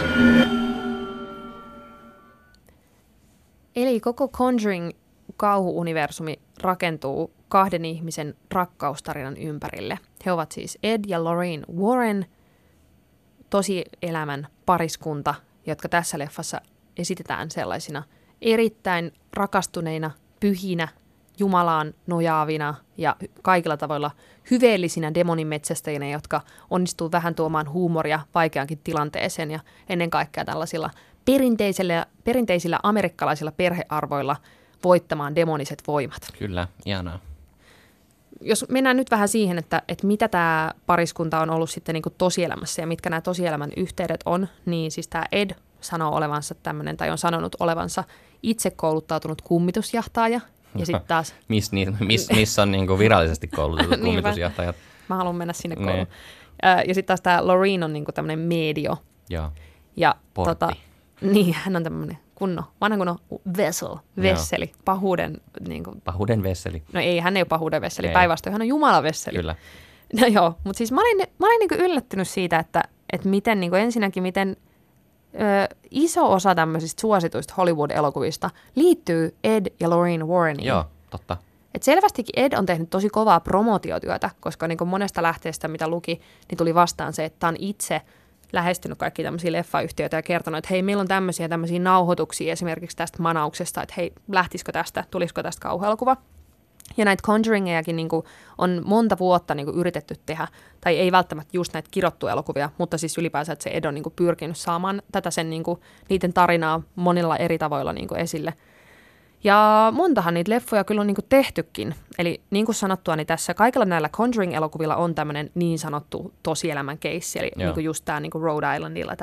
Eli koko Conjuring-kauhu-universumi rakentuu 2 ihmisen rakkaustarinan ympärille. He ovat siis Ed ja Lorraine Warren, tosielämän pariskunta, jotka tässä leffassa esitetään sellaisina erittäin rakastuneina, pyhinä, Jumalaan nojaavina ja kaikilla tavoilla hyveellisinä demonimetsästäjinä, jotka onnistuu vähän tuomaan huumoria vaikeankin tilanteeseen ja ennen kaikkea tällaisilla perinteisillä amerikkalaisilla perhearvoilla voittamaan demoniset voimat. Kyllä, ihanaa. Jos mennään nyt vähän siihen, että mitä tämä pariskunta on ollut sitten niin kuin tosielämässä ja mitkä nämä tosielämän yhteydet on, niin siis tämä Ed sanoo olevansa tämmöinen, tai on sanonut olevansa itse kouluttautunut kummitusjahtaaja. Ja sitten taas... Missä on niinku virallisesti koulutetut kummitusjohtajat? Mä haluan mennä sinne kouluun. Ja sitten taas tämä Lorraine on niinku tämmöinen medio. Joo. Ja portti. Niin, hän on tämmöinen vanha kunnon vesseli, pahuuden... Niinku, pahuuden vesseli. No ei, hän ei ole pahuuden vesseli, päinvastoin hän on Jumalan vesseli. Kyllä. No joo, mutta siis mä olin niinku yllättynyt siitä, että miten niinku ensinnäkin, miten iso osa tämmöisistä suosituista Hollywood-elokuvista liittyy Ed ja Lorraine Warreniin. Joo, totta. Et selvästikin Ed on tehnyt tosi kovaa promotiotyötä, koska niinku monesta lähteestä, mitä luki, niin tuli vastaan se, että on itse lähestynyt kaikki tämmöisiä leffayhtiöitä ja kertonut, että hei, meillä on tämmöisiä nauhoituksia esimerkiksi tästä manauksesta, että hei, lähtisikö tästä, tulisiko tästä kauhuelokuva. Ja näitä Conjuringejakin niinku on monta vuotta niinku yritetty tehdä, tai ei välttämättä just näitä kirottuja elokuvia, mutta siis ylipäänsä, että se Ed on niinku pyrkinyt saamaan tätä niiden tarinaa monilla eri tavoilla niinku esille. Ja montahan niitä leffoja kyllä on niinku tehtykin. Eli niin kuin sanottua, niin tässä kaikilla näillä Conjuring-elokuvilla on tämmöinen niin sanottu tosielämän keissi, eli niinku just tämä niinku Rhode Islandilla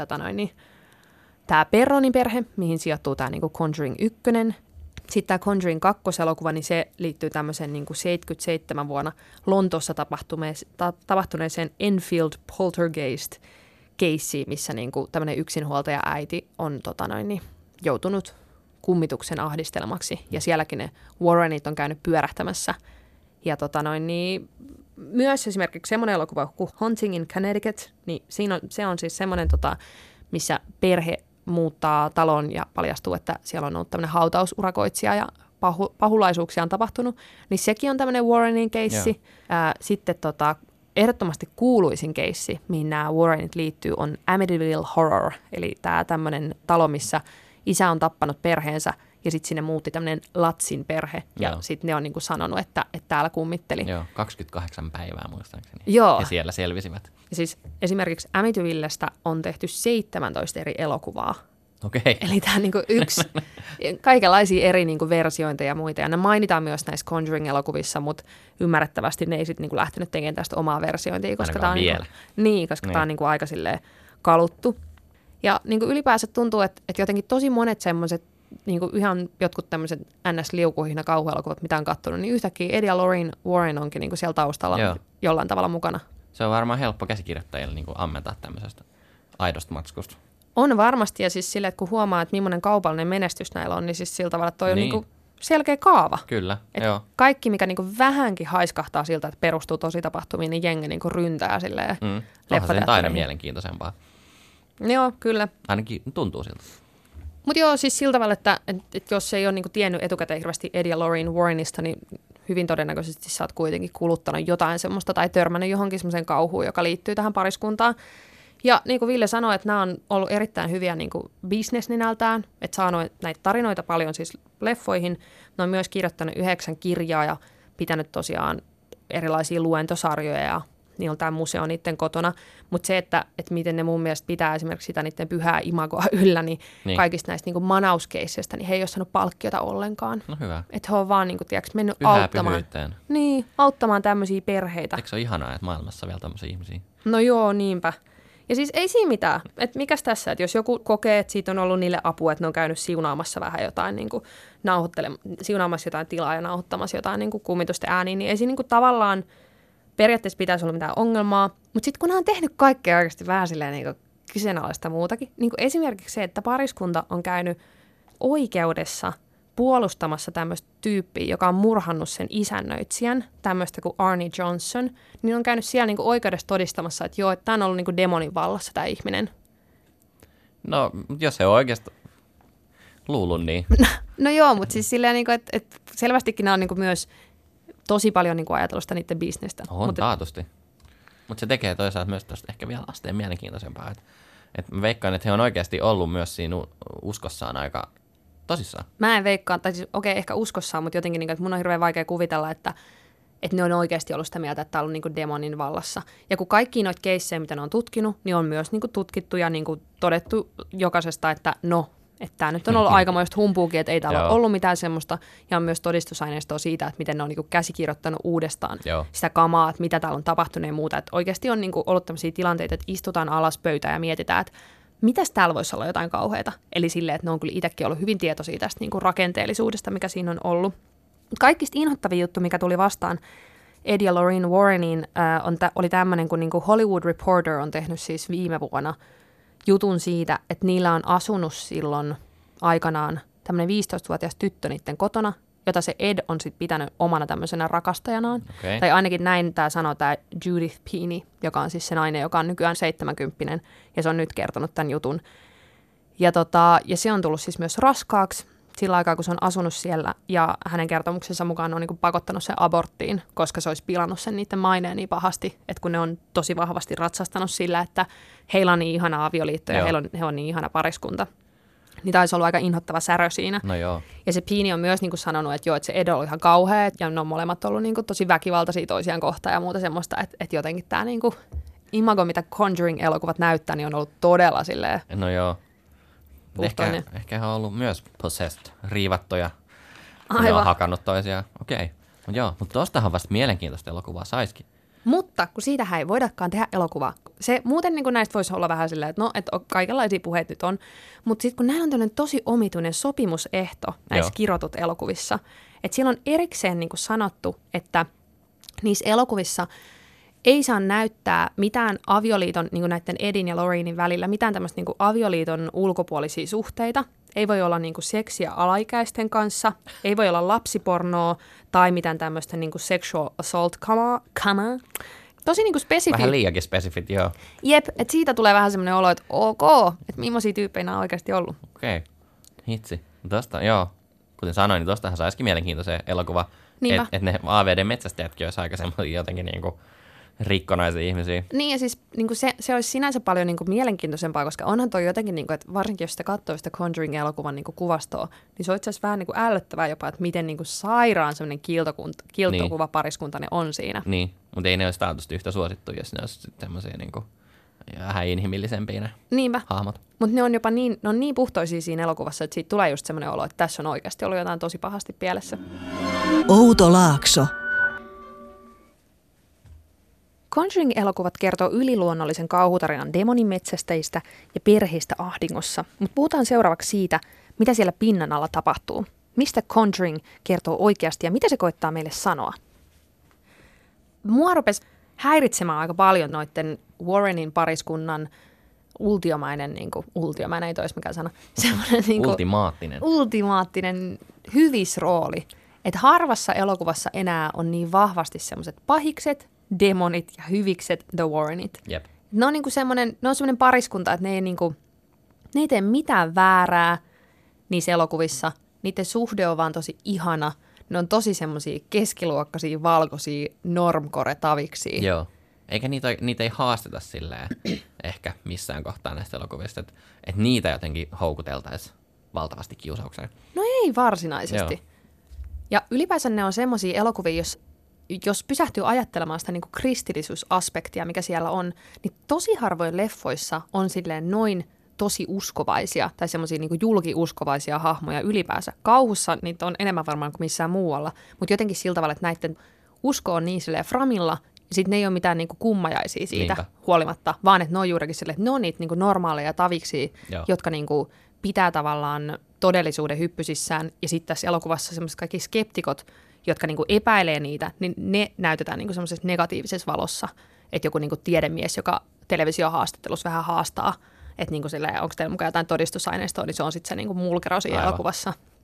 tämä Perronin perhe, mihin sijoittuu tämä niinku Conjuring 1. Sitten tämä Conjuring 2-elokuva, niin se liittyy tämmöiseen niin kuin 77 vuonna Lontoossa tapahtuneeseen Enfield Poltergeist-keissiin, missä niin kuin tämmöinen yksinhuoltaja äiti on joutunut kummituksen ahdistelmaksi. Ja sielläkin ne Warrenit on käynyt pyörähtämässä. Ja myös esimerkiksi semmoinen elokuva kuin Haunting in Connecticut, niin se on siis semmoinen, missä perhe muuttaa talon ja paljastuu, että siellä on ollut tämmöinen hautausurakoitsija ja pahulaisuuksia on tapahtunut, niin sekin on tämmöinen Warrenin keissi. Sitten ehdottomasti kuuluisin keissi, mihin nämä Warrenit liittyy, on Amityville Horror, eli tämä tämmöinen talo, missä isä on tappanut perheensä ja sitten sinne muutti tämmöinen Latsin perhe ja sitten ne on niinku sanonut, että täällä kummitteli. Joo, 28 päivää muistaakseni. Joo. Ja siellä selvisivät. Ja siis esimerkiksi Amityvillestä on tehty 17 eri elokuvaa. Okei. Eli tämä on niinku yksi, kaikenlaisia eri niinku versiointeja ja muita. Ja ne mainitaan myös näissä Conjuring-elokuvissa, mutta ymmärrettävästi ne ei sitten niinku lähtenyt tekemään tästä omaa versiointia. Koska tämä on vielä. Tämä on niinku aika silleen kaluttu. Ja niinku ylipäänsä tuntuu, että jotenkin tosi monet semmoiset niinku ihan jotkut tämmöiset NS-liukuhina kauhuelokuvat, mitä on katsonut, niin yhtäkkiä Ed ja Lorraine Warren onkin niinku siellä taustalla jollain tavalla mukana. Se on varmaan helppo käsikirjoittajille niinku ammentaa tämmöisestä aidosta matskusta. On varmasti, ja siis sille, että kun huomaa, että millainen kaupallinen menestys näillä on, niin siis sillä tavalla, että toi on niinku selkeä kaava. Kyllä, joo. Kaikki, mikä niinku vähänkin haiskahtaa siltä, että perustuu tositapahtumiin, niin jengi niinku ryntää silleen. Onhan se nyt aina mielenkiintoisempaa. Joo, kyllä. Ainakin tuntuu siltä. Mutta joo, siis sillä tavalla, että jos ei ole niinku tiennyt etukäteen hirveästi Ed ja Lorraine Warrenista, niin hyvin todennäköisesti sä oot kuitenkin kuluttanut jotain semmoista tai törmännyt johonkin semmoiseen kauhuun, joka liittyy tähän pariskuntaan. Ja niin kuin Ville sanoi, että nämä on ollut erittäin hyviä niin kuin business-ninältään, että saanut näitä tarinoita paljon siis leffoihin. Ne on myös kirjoittanut 9 kirjaa ja pitänyt tosiaan erilaisia luentosarjoja ja niillä on tämä museo niiden kotona. Mutta se, että miten ne mun mielestä pitää esimerkiksi sitä niiden pyhää imagoa yllä, niin kaikista näistä niin kuin manauskeisseistä, niin he ei ole saanut palkkiota ollenkaan. No hyvä. Että he on vaan niin kuin, tiedätkö, mennyt pyhää auttamaan. Pyhyyteen. Niin, auttamaan tämmöisiä perheitä. Eikö se ole ihanaa, että maailmassa on vielä tämmöisiä ihmisiä? No joo, niinpä. Ja siis ei siinä mitään. Että mikäs tässä, että jos joku kokee, että siitä on ollut niille apua, että ne on käynyt siunaamassa vähän jotain, niin kuin siunaamassa jotain tilaa ja nauhoittamassa jotain niin kuin kummitusten ääniä, niin ei siinä niin kuin tavallaan periaatteessa pitäisi olla mitään ongelmaa. Mutta sitten kun ne on tehnyt kaikkea oikeasti vähän silleen niin kuin kyseenalaista muutakin, niin kuin esimerkiksi se, että pariskunta on käynyt oikeudessa puolustamassa tämmöistä tyyppiä, joka on murhannut sen isännöitsijän, tämmöistä kuin Arnie Johnson, niin on käynyt siellä niin kuin oikeudessa todistamassa, että joo, että tämä on ollut niin kuin demonin vallassa tämä ihminen. No, jos se on oikeasti luullut niin. No joo, mutta siis silleen, niin kuin, että selvästikin nämä on niin kuin myös tosi paljon niin kuin ajatellut sitä niiden bisnestä. On taatusti. Mutta se tekee toisaalta myös tästä ehkä vielä asteen mielenkiintoisempaa. Että mä veikkaan, että he on oikeasti ollut myös siinä uskossaan aika tosissaan. Mä en veikkaa, tai siis okei, ehkä uskossaan, mutta jotenkin, niin kuin, että mun on hirveän vaikea kuvitella, että ne on oikeasti ollut sitä mieltä, että tämä on ollut niin kuin demonin vallassa. Ja kun kaikki noita keissejä, mitä ne on tutkinut, niin on myös niin kuin tutkittu ja niin kuin todettu jokaisesta, että no, että tämä nyt on ollut aikamoista humpuukin, että ei täällä ole ollut mitään semmoista. Ja on myös todistusaineistoa siitä, että miten ne on niin kuin käsikirjoittanut uudestaan sitä kamaa, että mitä täällä on tapahtunut ja muuta. Että oikeasti on niin kuin ollut tämmöisiä tilanteita, että istutaan alas pöytään ja mietitään, että mitäs täällä voisi olla jotain kauheata. Eli silleen, että ne on kyllä itsekin ollut hyvin tietoisia tästä niin kuin rakenteellisuudesta, mikä siinä on ollut. Kaikista inhottavin juttu, mikä tuli vastaan Ed ja Lorraine Warreniin, oli tämmöinen, kun niinku Hollywood Reporter on tehnyt siis viime vuonna jutun siitä, että niillä on asunut silloin aikanaan tämmöinen 15-vuotias tyttö niiden kotona, jota se Ed on sitten pitänyt omana tämmöisenä rakastajanaan. Okay. Tai ainakin näin tämä sanoo tämä Judith Peeny, joka on siis se nainen, joka on nykyään 70, ja se on nyt kertonut tämän jutun. Ja se on tullut siis myös raskaaksi sillä aikaa, kun se on asunut siellä, ja hänen kertomuksensa mukaan on niin kuin pakottanut sen aborttiin, koska se olisi pilannut sen niiden maineen niin pahasti, että kun ne on tosi vahvasti ratsastanut sillä, että heillä on niin ihana avioliitto ja he on niin ihana pariskunta. Niin taisi olla aika inhottava särö siinä. No joo. Ja se Peeny on myös niin kuin sanonut, että joo, että se Ed on ihan kauhea, ja ne on molemmat ollut niin kuin tosi väkivaltaisia toisiaan kohtaan ja muuta semmoista, että jotenkin tämä niin kuin imago, mitä Conjuring-elokuvat näyttää, niin on ollut todella silleen. No joo. Ehkä on ollut myös possessed, riivattuja. Ne on hakannut toisiaan. Okei. Mutta tostahan vasta mielenkiintoista elokuvaa saisikin. Mutta kun siitähän ei voidakaan tehdä elokuvaa. Se muuten niin kuin näistä voisi olla vähän silleen, että no, että kaikenlaisia puheet nyt on. Mutta sitten kun näillä on tämmöinen tosi omituinen sopimusehto näissä kirotut elokuvissa, että siellä on erikseen niin kuin sanottu, että niissä elokuvissa ei saa näyttää mitään avioliiton, niin kuin näiden Edin ja Lorrainin välillä, mitään tämmöistä niin kuin avioliiton ulkopuolisia suhteita. Ei voi olla niin kuin seksiä alaikäisten kanssa, ei voi olla lapsipornoa tai mitään tämmöistä niin kuin sexual assault kamaa. Tosi niin kuin spesifi. Vähän liiakin spesifit, joo. Jep, että siitä tulee vähän semmoinen olo, että ok, että millaisia tyyppejä nämä on oikeasti ollut. Okei, hitsi. Tosta, joo, kuten sanoin, niin tostahan saisikin mielenkiintoisen elokuva. Että ne AVD-metsästäjätkin olisi aika semmoisia jotenkin niinku rikkonaisia ihmisiä. Niin ja siis niin se olisi sinänsä paljon niin kuin mielenkiintoisempaa, koska onhan toi jotenkin, niin kuin, että varsinkin jos sitä katsoo sitä Conjuring-elokuvan niin kuin kuvastoa, niin se on itse asiassa vähän niin kuin ällöttävää jopa, että miten niin kuin sairaan semmoinen kiiltokuva pariskunta ne on siinä. Niin, mutta ei ne olisi taatusti yhtä suosittu, jos ne olisi semmoisia niin kuin vähän inhimillisempiä ne hahmot. Mutta ne on jopa niin puhtoisia siinä elokuvassa, että siitä tulee just semmoinen olo, että tässä on oikeasti ollut jotain tosi pahasti pielessä. Outo Laakso. Conjuring-elokuvat kertoo yliluonnollisen kauhutarinan demonin metsästäjistä ja perheistä ahdingossa, mutta puhutaan seuraavaksi siitä, mitä siellä pinnan alla tapahtuu. Mistä Conjuring kertoo oikeasti ja mitä se koittaa meille sanoa? Mua rupesi häiritsemään aika paljon noiden Warrenin pariskunnan ultiomainen ei toisi mikään sana, semmoinen ultimaattinen hyvisrooli. Että harvassa elokuvassa enää on niin vahvasti semmoiset pahikset, demonit ja hyvikset, the Warrenit. Yep. Ne on niinku semmoinen pariskunta, että ne ei tee mitään väärää niissä elokuvissa. Niiden suhde on vaan tosi ihana. Ne on tosi semmoisia keskiluokkaisia, valkoisia normcore-taviksia. Joo. Eikä niitä ei haasteta silleen ehkä missään kohtaa näistä elokuvista, että niitä jotenkin houkuteltaisiin valtavasti kiusaukseen. No ei varsinaisesti. Joo. Ja ylipäänsä ne on semmoisia elokuvia, jos pysähtyy ajattelemaan sitä niin kuin kristillisyysaspektia, mikä siellä on, niin tosi harvoin leffoissa on silleen noin tosi uskovaisia tai semmoisia niin kuin julkiuskovaisia hahmoja ylipäänsä. Kauhussa niitä on enemmän varmaan kuin missään muualla, mutta jotenkin sillä tavalla, että näiden usko on niin silleen framilla, ja sitten ne ei ole mitään niin kuin kummajaisia siitä huolimatta, vaan että ne on juurikin silleen, että ne on niitä niin kuin normaaleja taviksia, jotka niin kuin pitää tavallaan todellisuuden hyppysissään, ja sitten tässä elokuvassa semmoiset kaikki skeptikot, jotka niinku epäilee niitä, niin ne näytetään niinku semmoisessa negatiivisessa valossa. Että joku niinku tiedemies, joka televisiohaastattelussa vähän haastaa, että niinku onko teillä mukaan jotain todistusaineistoa, niin se on sitten se niinku mulkero siinä elokuvassa.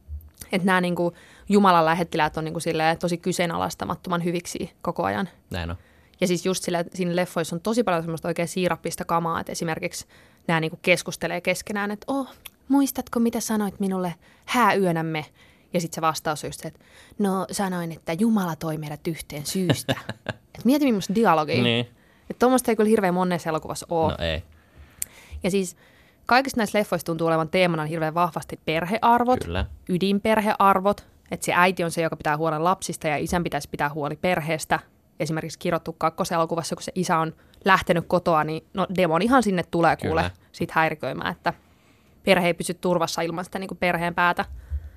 Että nämä niin kuin Jumalan lähettiläät on niin kuin silleen tosi kyseenalaistamattoman hyviksi koko ajan. Näin on. Ja siis just sillä, siinä leffoissa on tosi paljon semmoista oikein siirappista kamaa, että esimerkiksi nämä niinku keskustelee keskenään, että muistatko mitä sanoit minulle hääyönämme? Ja sitten se vastaus on just se, että no sanoin, että Jumala toi meidät yhteen syystä. Et mieti millaista dialogia. Niin. Että tuommoista ei kyllä hirveän monessa elokuvassa ole. No ei. Ja siis kaikista näissä leffoissa tuntuu olevan teemana hirveän vahvasti perhearvot, Kyllä. ydinperhearvot. Että se äiti on se, joka pitää huolen lapsista ja isän pitäisi pitää huoli perheestä. Esimerkiksi kirjoittu kakkoselokuvassa, kun se isä on lähtenyt kotoa, niin no demonihan sinne tulee kuule sit häiriköimään, että perhe ei pysy turvassa ilman sitä niin kuin perheen päätä.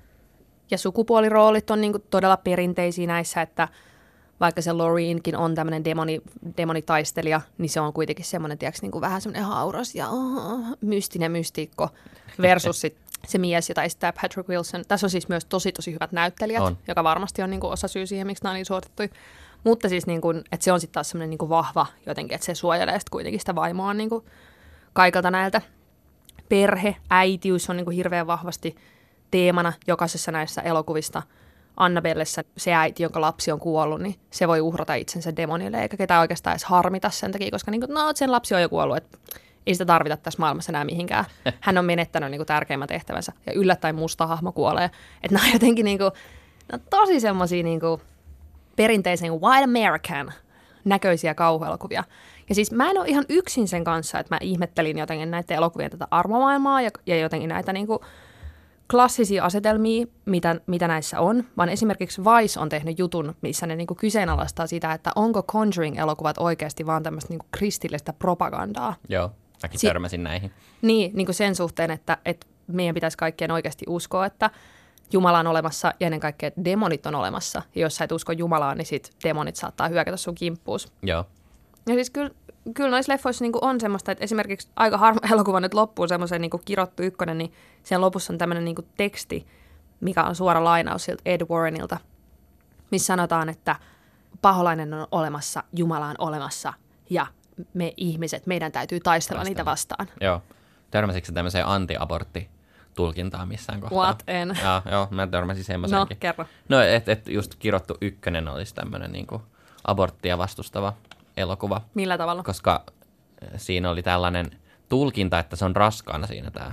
Ja sukupuoliroolit on niin kuin todella perinteisiä näissä, että vaikka se Lorrainekin on tämmöinen demonitaistelija, niin se on kuitenkin semmoinen, tiedätkö, niin kuin vähän semmoinen hauras ja mystinen mystiikko versus sit se mies, jota esittää Patrick Wilson. Tässä on siis myös tosi hyvät näyttelijät, joka varmasti on niin kuin osa syy siihen, miksi nämä on niin suosittuja. Mutta siis, niin kuin, että se on sitten taas semmoinen niin kuin vahva jotenkin, että se suojelee sitten kuitenkin sitä vaimoa niin kuin kaikilta näiltä. Perhe, äitiys on niin kuin hirveän vahvasti teemana jokaisessa näissä elokuvista. Annabellessa se äiti, jonka lapsi on kuollut, niin se voi uhrata itsensä demonille, eikä ketään oikeastaan edes harmita sen takia, koska niin kuin, no, sen lapsi on jo kuollut, että ei sitä tarvita tässä maailmassa enää mihinkään. Hän on menettänyt niin kuin tärkeimmän tehtävänsä ja yllättäen musta hahmo kuolee. Että nämä on jotenkin niin kuin, tosi semmoisia niin kuin perinteisen white American näköisiä kauhuelokuvia. Ja siis mä en ole ihan yksin sen kanssa, että mä ihmettelin jotenkin näiden elokuvien tätä arvomaailmaa ja jotenkin näitä niinku klassisia asetelmia, mitä näissä on, vaan esimerkiksi Vice on tehnyt jutun, missä ne niinku kyseenalaistaa sitä, että onko Conjuring-elokuvat oikeasti vaan tämmöistä niinku kristillistä propagandaa. Joo, mäkin törmäsin näihin. Niin kuin sen suhteen, että meidän pitäisi kaikkien oikeasti uskoa, että Jumala on olemassa ja ennen kaikkea demonit on olemassa. Ja jos sä et usko Jumalaan, niin sit demonit saattaa hyökätä sun kimppuus. Joo. Ja siis kyllä noissa leffoissa niinku on semmoista, että esimerkiksi aika harva elokuva nyt loppuu semmoisen niinku kirottu ykkönen, niin sen lopussa on tämmöinen niinku teksti, mikä on suora lainaus siltä Ed Warrenilta, missä sanotaan, että paholainen on olemassa, Jumala on olemassa ja me ihmiset, meidän täytyy taistella niitä vastaan. Joo. Törmäsitkö tämmöiseen anti-abortti-tulkintaa missään kohtaa? What en? Joo, mä törmäsin semmoisenkin. No, kerro. No, et just kirottu ykkönen olisi tämmöinen niinku aborttia vastustava elokuva. Millä tavalla? Koska siinä oli tällainen tulkinta, että se on raskaana siinä tämä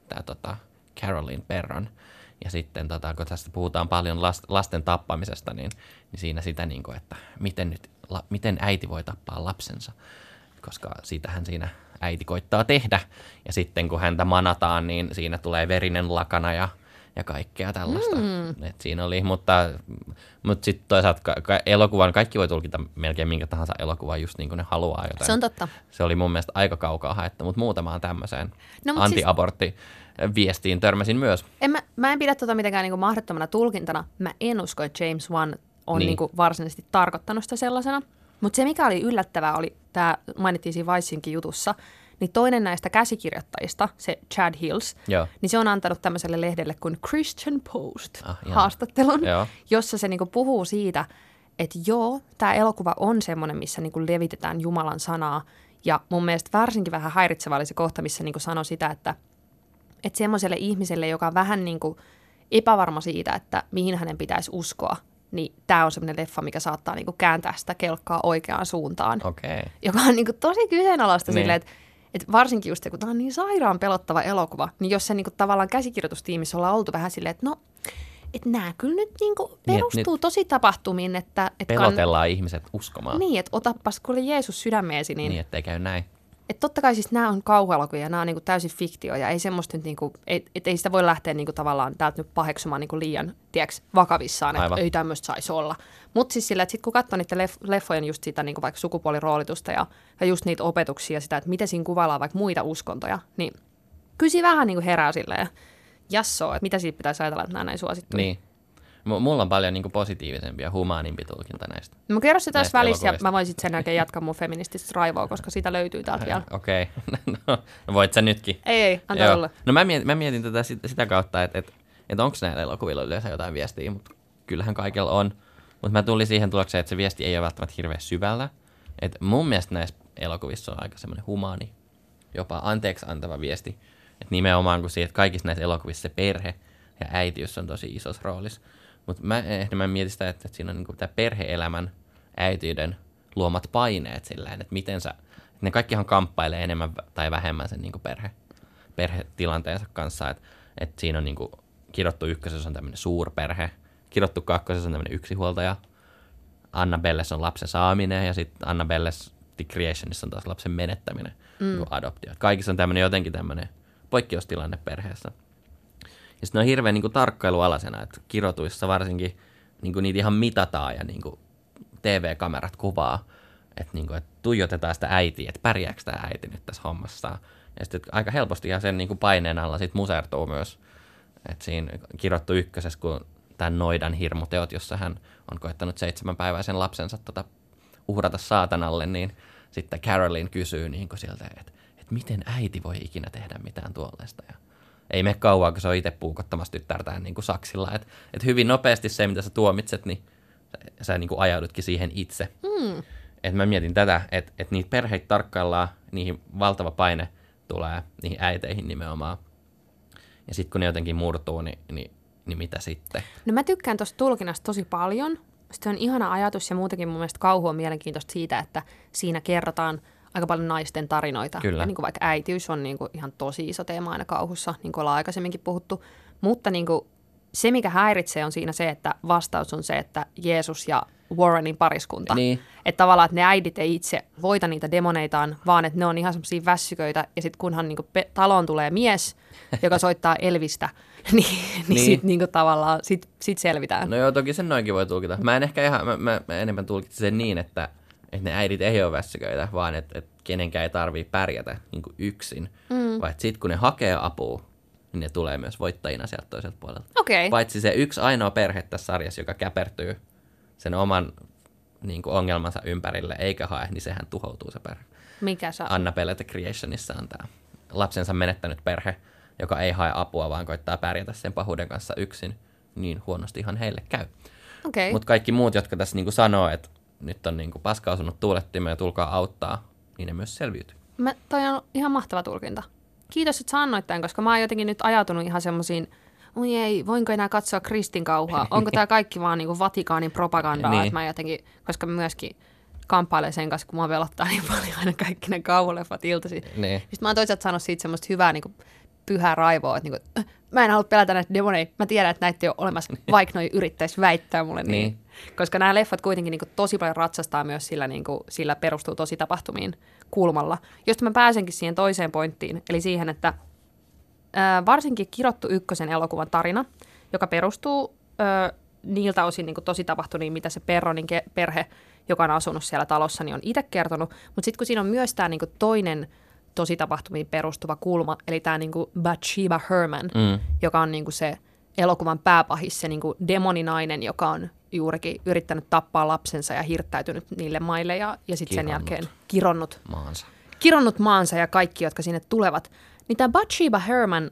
Caroline Perron. Ja sitten kun tästä puhutaan paljon lasten tappamisesta, niin siinä sitä, niin kuin, että miten äiti voi tappaa lapsensa. Koska sitähän siinä äiti koittaa tehdä. Ja sitten kun häntä manataan, niin siinä tulee verinen lakana ja kaikkea tällaista. Et siinä oli, mutta sitten toisaalta elokuvan kaikki voi tulkita melkein minkä tahansa elokuvan just niin kuin ne haluaa. Joten se on totta. Se oli mun mielestä aika kaukaa haettu, mutta muutamaan tämmöiseen anti-abortti-viestiin törmäsin myös. Mä en pidä mitenkään niinku mahdottomana tulkintana. Mä en usko, että James Wan on niinku varsinaisesti tarkoittanut sitä sellaisena. Mutta se, mikä oli yllättävää, oli, tämä mainittiin siinä Vicinkin jutussa, niin toinen näistä käsikirjoittajista, se Chad Hills, niin se on antanut tämmöiselle lehdelle kuin Christian Post haastattelun, jossa se niinku puhuu siitä, että tämä elokuva on semmoinen, missä niinku levitetään Jumalan sanaa. Ja mun mielestä varsinkin vähän häiritsevä oli se kohta, missä niinku sanoi sitä, että semmoiselle ihmiselle, joka on vähän niinku epävarma siitä, että mihin hänen pitäisi uskoa, niin tämä on semmoinen leffa, mikä saattaa niinku kääntää sitä kelkkaa oikeaan suuntaan. Okay. Joka on niinku tosi kyseenalaista silleen, että varsinkin just kun tämä on niin sairaan pelottava elokuva, niin jos se niinku tavallaan käsikirjoitustiimissä ollaan oltu vähän silleen, että että nämä kyllä nyt niinku perustuu tosi tapahtumiin. Että pelotellaan ihmiset uskomaan. Niin, että otapas kuule Jeesus sydämeesi. Niin ettei käy näin. Että totta kai siis nämä on kauhuelokuvia ja nämä on niinku täysin fiktio ja ei semmoista nyt niinku, ei sitä voi lähteä niinku tavallaan täältä nyt paheksumaan niinku liian, tiedätkö, vakavissaan, että ei tämmöistä saisi olla. Mutta siis sillä, että sitten kun katsoo niiden leffojen just sitä niinku vaikka sukupuoliroolitusta ja just niitä opetuksia sitä, että miten siinä kuvaillaan vaikka muita uskontoja, niin kyllä siinä vähän niinku herää silleen jassoo, että mitä siitä pitäisi ajatella, että nämä näin suosittuja. Niin. Mulla on paljon niinku positiivisempi ja humaanimpi tulkinta näistä. Mä kerron se tässä välissä ja mä voin sitten sen jälkeen jatkaa mun feminististä raivoa, koska sitä löytyy täältä vielä. Okei. No, voit sä nytkin. Ei, antaa olla. No mä mietin tätä sitä kautta, että onko näillä elokuvilla yleensä jotain viestiä, mutta kyllähän kaikilla on. Mutta mä tulin siihen tulokseen, että se viesti ei ole välttämättä hirveän syvällä. Et mun mielestä näissä elokuvissa on aika semmoinen humaani, jopa anteeksi antava viesti. Että nimenomaan kun siitä, kaikissa näissä elokuvissa se perhe ja äitiys on tosi isossa roolissa. Mutta mä mietin sitä, että siinä on niinku tämä perhe-elämän äitiyden luomat paineet silleen, että miten ne kaikkihan kamppailee enemmän tai vähemmän sen niinku perhetilanteensa kanssa, että siinä on niinku Kirottu ykkösessä on tämmöinen suurperhe, Kirottu kakkosessa on tämmöinen yksinhuoltaja, Annabelles on lapsen saaminen ja sitten Annabelles The Creationissa on taas lapsen menettäminen, niin adoptio. Kaikissa on jotenkin tämmöinen poikkeustilanne perheessä. Ja sitten ne on hirveän niin kuin tarkkailualasena, että kirotuissa varsinkin niin kuin niitä ihan mitataan ja niin kuin TV-kamerat kuvaa, että, niin kuin, että tuijotetaan sitä äitiä, että pärjääkö tämä äiti nyt tässä hommassa. Ja sitten aika helposti ihan sen niin kuin paineen alla sit musertuu myös, että siinä Kirottu ykkösessä, kun tämän noidan hirmuteot, jossa hän on koettanut 7-päiväisen lapsensa uhrata saatanalle, niin sitten Caroline kysyy niin kuin sieltä, että miten äiti voi ikinä tehdä mitään tuollaista. Ja ei mene kauan, kun se on itse puukottamassa tyttärtään niin kuin saksilla. Että hyvin nopeasti se, mitä sä tuomitset, niin sä niin kuin ajaudutkin siihen itse. Että mä mietin tätä, että niitä perheitä tarkkaillaan, niihin valtava paine tulee niihin äiteihin nimenomaan. Ja sitten kun ne jotenkin murtuu, niin mitä sitten? No mä tykkään tuosta tulkinnasta tosi paljon. Se on ihana ajatus ja muutenkin mun mielestä kauhu on mielenkiintoista siitä, että siinä kerrotaan aika paljon naisten tarinoita. Kyllä. Ja niin kuin vaikka äitiys on niin kuin ihan tosi iso teema aina kauhussa, niin kuin ollaan aikaisemminkin puhuttu. Mutta niin kuin se, mikä häiritsee, on siinä se, että vastaus on se, että Jeesus ja Warrenin pariskunta. Niin. Että tavallaan, että ne äidit ei itse voita niitä demoneitaan, vaan että ne on ihan semmoisia väsyköitä. Ja sitten kunhan niin kuin taloon tulee mies, joka soittaa Elvistä, niin sitten niin kuin tavallaan sit selvitään. No joo, toki sen noinkin voi tulkita. Mä en ehkä ihan, mä enemmän tulkitsin sen niin, että ne äidit ei ole väsyköitä, vaan että kenenkään ei tarvitse pärjätä niin kuin yksin. Vaan että sitten kun ne hakee apua, niin ne tulee myös voittajina sieltä toiselta puolelta. Okay. Paitsi se yksi ainoa perhe tässä sarjassa, joka käpertyy sen oman niin kuin ongelmansa ympärille eikä hae, niin sehän tuhoutuu se perhe. Mikä se on? Annabelle The Creationissa on tämä lapsensa menettänyt perhe, joka ei hae apua, vaan koittaa pärjätä sen pahuuden kanssa yksin. Niin huonosti ihan heille käy. Okay. Mutta kaikki muut, jotka tässä niin kuin sanoo, että nyt on niin kuin paska osunut tuulettimeen ja tulkaa auttaa, niin ne myös selviytyy. Toi on ihan mahtava tulkinta. Kiitos, että sä annoit tämän, koska mä oon jotenkin nyt ajautunut ihan semmoisiin, oi ei, voinko enää katsoa kristinkauhaa? Onko tämä kaikki vaan niinku Vatikaanin propagandaa? Niin. Että mä jotenkin, koska mä myöskin kamppailen sen kanssa, kun mä pelottaa niin paljon aina kaikki ne kauhuleffat iltaisin. Niin. Sitten mä oon toisaalta sanonut siitä semmoista hyvää niinku pyhää raivoa, että niinku, mä en halua pelätä näitä demoneja. Mä tiedän, että näitä ei ole olemassa, vaikka noi yrittäisi väittää mulle niin. Koska nämä leffat kuitenkin niinku tosi paljon ratsastaa myös sillä perustuu tosi tapahtumiin kulmalla. Josta mä pääsenkin siihen toiseen pointtiin, eli siihen, että varsinkin Kirottu ykkösen elokuvan tarina, joka perustuu niiltä osin niinku tosi tapahtumiin, mitä se Perronin perhe, joka on asunut siellä talossa, niin on itse kertonut. Mutta sitten kun siinä on myös tämä niinku toinen tosi tapahtumiin perustuva kulma, eli tämä niinku Bathsheba Herman, joka on niinku se elokuvan pääpahis, se niinku demoninainen, joka on juurikin yrittänyt tappaa lapsensa ja hirttäytynyt niille maille ja sitten sen jälkeen kironnut maansa ja kaikki, jotka sinne tulevat. Niin tämä Bathsheba Herman.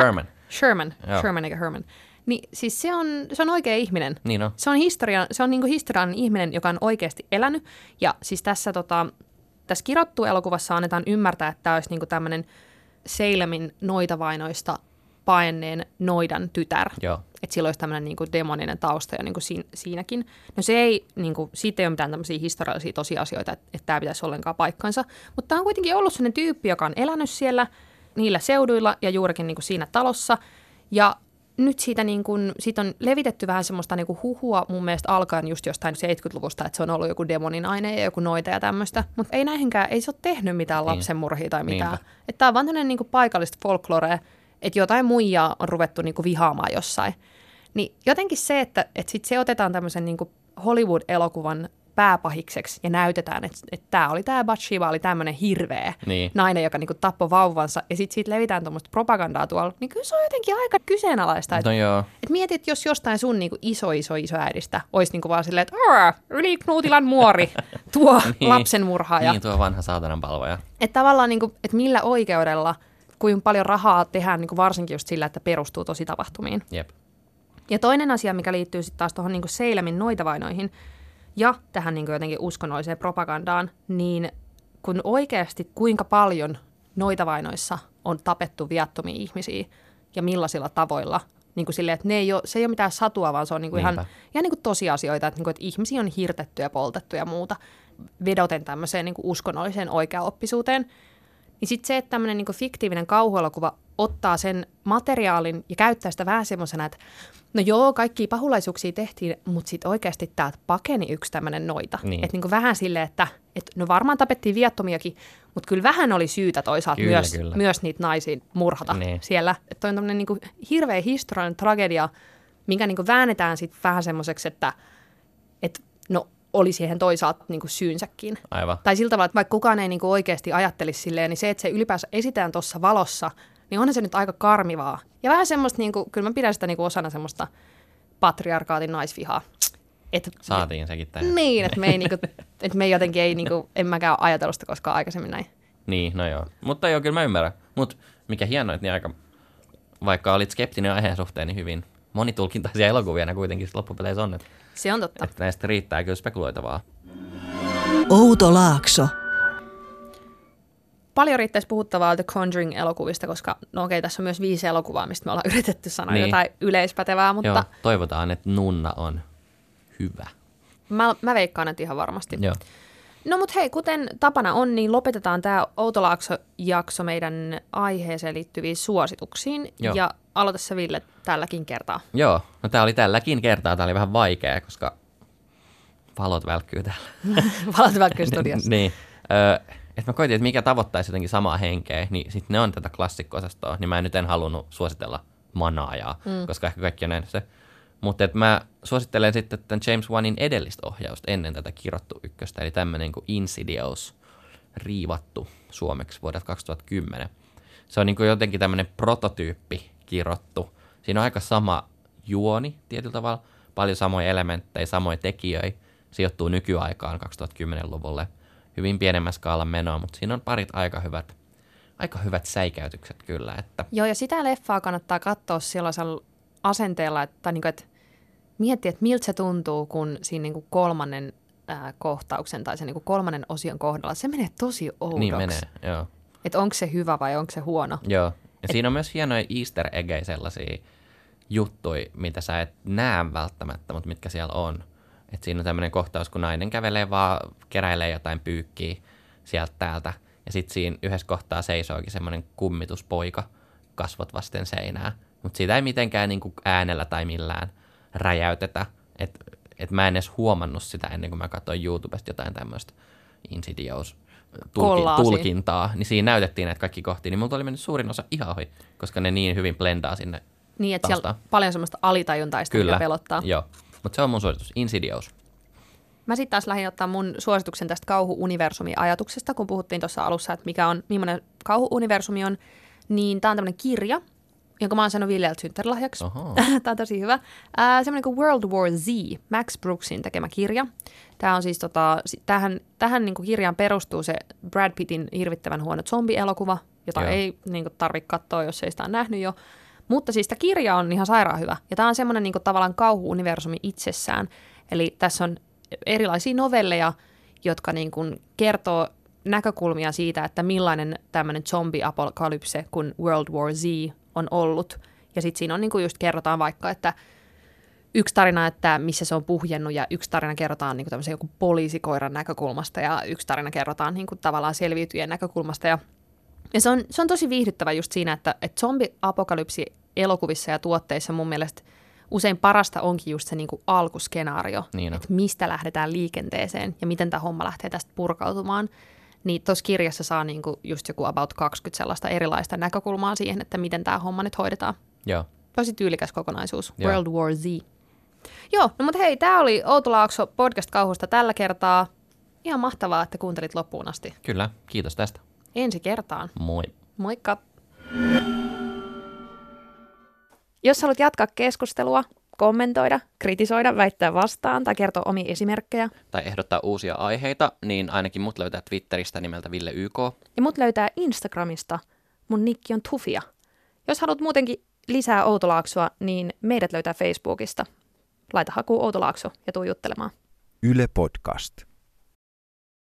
Sherman eikä Herman. Niin siis se on oikea ihminen. Niin on. Se on niinku historiallinen ihminen, joka on oikeasti elänyt. Ja siis tässä Kirottu-elokuvassa annetaan ymmärtää, että tämä olisi niinku tämmöinen Salemin noitavainoista paenneen noidan tytär. Joo. Että sillä olisi tämmöinen niinku demoninen tausta jo niinku siinäkin. No se ei, niinku, siitä ei ole mitään tämmöisiä historiallisia tosiasioita, että tämä pitäisi ollenkaan paikkansa. Mutta tämä on kuitenkin ollut sellainen tyyppi, joka on elänyt siellä niillä seuduilla ja juurikin niinku siinä talossa. Ja nyt siitä on levitetty vähän semmoista niinku huhua mun mielestä alkaen just jostain 70-luvusta, että se on ollut joku demoninainen ja joku noita ja tämmöistä. Mutta ei näihinkään, ei se ole tehnyt mitään lapsenmurhia tai mitään. Että tämä on vaan tämmöinen niinku paikallista folklorea, että jotain muijaa on ruvettu niinku vihaamaan jossain. Niin jotenkin se, että sit se otetaan tämmöisen niinku Hollywood-elokuvan pääpahikseksi ja näytetään, että tämä Bathsheba oli tämmöinen hirveä nainen, joka niinku tappoi vauvansa ja sitten siitä levitään tuommoista propagandaa tuolla, niin kyllä se on jotenkin aika kyseenalaista. No joo. Et mietit, jos jostain sun niinku iso äidistä olisi niinku vaan silleen, että yli Knuutilan muori, tuo lapsenmurhaaja. Niin, tuo vanha saatanan palvoja. Että tavallaan, niinku, että millä oikeudella, kuinka paljon rahaa tehdään niinku varsinkin just sillä, että perustuu tosi tapahtumiin. Jep. Ja toinen asia, mikä liittyy sitten taas tuohon niinku Salemin noitavainoihin ja tähän niinku jotenkin uskonnolliseen propagandaan, niin kun oikeasti kuinka paljon noitavainoissa on tapettu viattomia ihmisiä ja millaisilla tavoilla Niin kuin silleen, että se ei ole mitään satua, vaan se on niin kuin ihan niin kuin tosiasioita, että, niin kuin, että ihmisiä on hirtetty ja poltettu ja muuta, vedoten tämmöiseen niin kuin uskonnolliseen oikeaoppisuuteen. Niin sitten se, että tämmöinen niin kuin fiktiivinen kauhuelokuva ottaa sen materiaalin ja käyttää sitä vähän semmoisena, että no joo, kaikkia pahulaisuuksia tehtiin, mutta sitten oikeasti täältä pakeni yksi tämmöinen noita. Niin. Että niin vähän silleen, että no varmaan tapettiin viattomiakin, mutta kyllä vähän oli syytä toisaalta myös niitä naisia murhata siellä. Että on tämmöinen niin kuin hirveä historiallinen tragedia, minkä niin kuin väännetään sitten vähän semmoiseksi, että no oli siihen toisaalta niin kuin syynsäkin. Aivan. Tai sillä tavalla, että vaikka kukaan ei niin kuin oikeasti ajattelisi silleen, niin se, että se ylipäänsä esitään tuossa valossa, niin onhan se nyt aika karmivaa. Ja vähän semmoista, niin kuin, kyllä mä pidän sitä niin kuin osana semmoista patriarkaatin naisvihaa. Saatiin sekin tähän. Niin, että me ei jotenkin, ei, niin kuin, en mäkään ole ajatellut sitä koskaan aikaisemmin näin. Niin, no joo. Mutta joo, kyllä mä ymmärrän. Mutta mikä hienoa, että niin aika, vaikka olit skeptinen aiheen suhteen, niin hyvin monitulkintaisia elokuvia ne kuitenkin loppupeleissä on. Se on totta. Että näistä riittää kyllä spekuloitavaa. Outo Laakso. Paljon riittäisi puhuttavaa The Conjuring-elokuvista, koska no okei, tässä on myös 5 elokuvaa, mistä me ollaan yritetty sanoa jotain yleispätevää, mutta... Joo, toivotaan, että Nunna on hyvä. Mä veikkaan, että ihan varmasti. Joo. No mut hei, kuten tapana on, niin lopetetaan tämä Outo Laakso-jakso meidän aiheeseen liittyviin suosituksiin. Joo. Ja aloita sä, Ville, tälläkin kertaa. Joo, no tää oli tälläkin kertaa. Tää oli vähän vaikea, koska valot välkkyy täällä. Valot välkkyy studiossa. Niin. Että mä koitin, että mikä tavoittaisi jotenkin samaa henkeä, niin sitten ne on tätä klassikko-osastoa, niin mä nyt en halunnut suositella Manaajaa, koska ehkä kaikki on nähnyt se. Mutta mä suosittelen sitten tämän James Wanin edellistä ohjausta ennen tätä kirottu ykköstä, eli tämmöinen kuin Insidious, riivattu suomeksi vuodelta 2010. Se on niin kuin jotenkin tämmöinen prototyyppi kirottu. Siinä on aika sama juoni tietyllä tavalla, paljon samoja elementtejä, samoja tekijöitä, sijoittuu nykyaikaan 2010-luvulle. Hyvin pienemmässä skaalan menoa, mutta siinä on parit aika hyvät säikäytykset kyllä. Että. Joo, ja sitä leffaa kannattaa katsoa sellaisella asenteella, että miettii, että miltä se tuntuu, kun siinä niin kuin kolmannen kohtauksen tai sen niin kuin kolmannen osion kohdalla, se menee tosi oudoksi. Niin menee, joo. Että onko se hyvä vai onko se huono. Joo, ja siinä on myös hienoja easter eggejä, sellaisia juttuja, mitä sä et näe välttämättä, mutta mitkä siellä on. Että siinä on tämmöinen kohtaus, kun nainen kävelee vaan, keräilee jotain pyykkiä sieltä täältä. Ja sitten siinä yhdessä kohtaa seisookin semmoinen kummituspoika kasvot vasten seinää. Mutta siitä ei mitenkään niinku äänellä tai millään räjäytetä. Et mä en edes huomannut sitä ennen kuin mä katsoin YouTubesta jotain tämmöistä Insidious-tulkintaa. Niin siinä näytettiin näitä kaikki kohtia. Niin multa oli mennyt suurin osa ihan ohi, koska ne niin hyvin blendaa sinne niin, että siellä paljon semmoista alitajuntaista, mikä pelottaa. Joo. Mutta se on mun suositus, Insidious. Mä sitten taas lähdin ottaa mun suosituksen tästä kauhu-universumi-ajatuksesta, kun puhuttiin tuossa alussa, että millainen kauhu-universumi on. Niin tää on tämmöinen kirja, jonka mä oon sanonut Villeltä synttärilahjaksi. Tää on tosi hyvä. Semmoinen kuin World War Z, Max Brooksin tekemä kirja. Tää on siis tähän niin kuin kirjaan perustuu se Brad Pittin hirvittävän huono zombie-elokuva, jota ei niin kuin tarvitse katsoa, jos ei sitä ole nähnyt jo. Mutta siis tämä kirja on ihan sairaan hyvä. Ja tämä on semmoinen niin kuin tavallaan kauhu-universumi itsessään. Eli tässä on erilaisia novelleja, jotka niin kuin kertoo näkökulmia siitä, että millainen tämmöinen zombie-apokalypse kuin World War Z on ollut. Ja sitten siinä on niin kuin just kerrotaan vaikka, että yksi tarina, että missä se on puhjennut, ja yksi tarina kerrotaan niin kuin tämmöisen joku poliisikoiran näkökulmasta, ja yksi tarina kerrotaan niin kuin tavallaan selviytyjien näkökulmasta. Ja se on tosi viihdyttävä just siinä, että zombie-apokalypsi elokuvissa ja tuotteissa mun mielestä usein parasta onkin just se niin kuin alkuskenaario, niin että mistä lähdetään liikenteeseen ja miten tämä homma lähtee tästä purkautumaan. Niin tuossa kirjassa saa niin kuin just joku about 20 sellaista erilaista näkökulmaa siihen, että miten tämä homma nyt hoidetaan. Joo. Tosi tyylikäs kokonaisuus. Joo. World War Z. Joo, no mutta hei, tämä oli Outo Laakso podcast kauhusta tällä kertaa. Ihan mahtavaa, että kuuntelit loppuun asti. Kyllä, kiitos tästä. Ensi kertaan. Moi. Moikka. Jos haluat jatkaa keskustelua, kommentoida, kritisoida, väittää vastaan tai kertoa omia esimerkkejä. Tai ehdottaa uusia aiheita, niin ainakin mut löytää Twitteristä nimeltä Ville YK. Ja mut löytää Instagramista. Mun nikki on Tufia. Jos haluat muutenkin lisää Outo Laaksoa, niin meidät löytää Facebookista. Laita hakuun Outo Laakso ja tuu juttelemaan. Yle Podcast.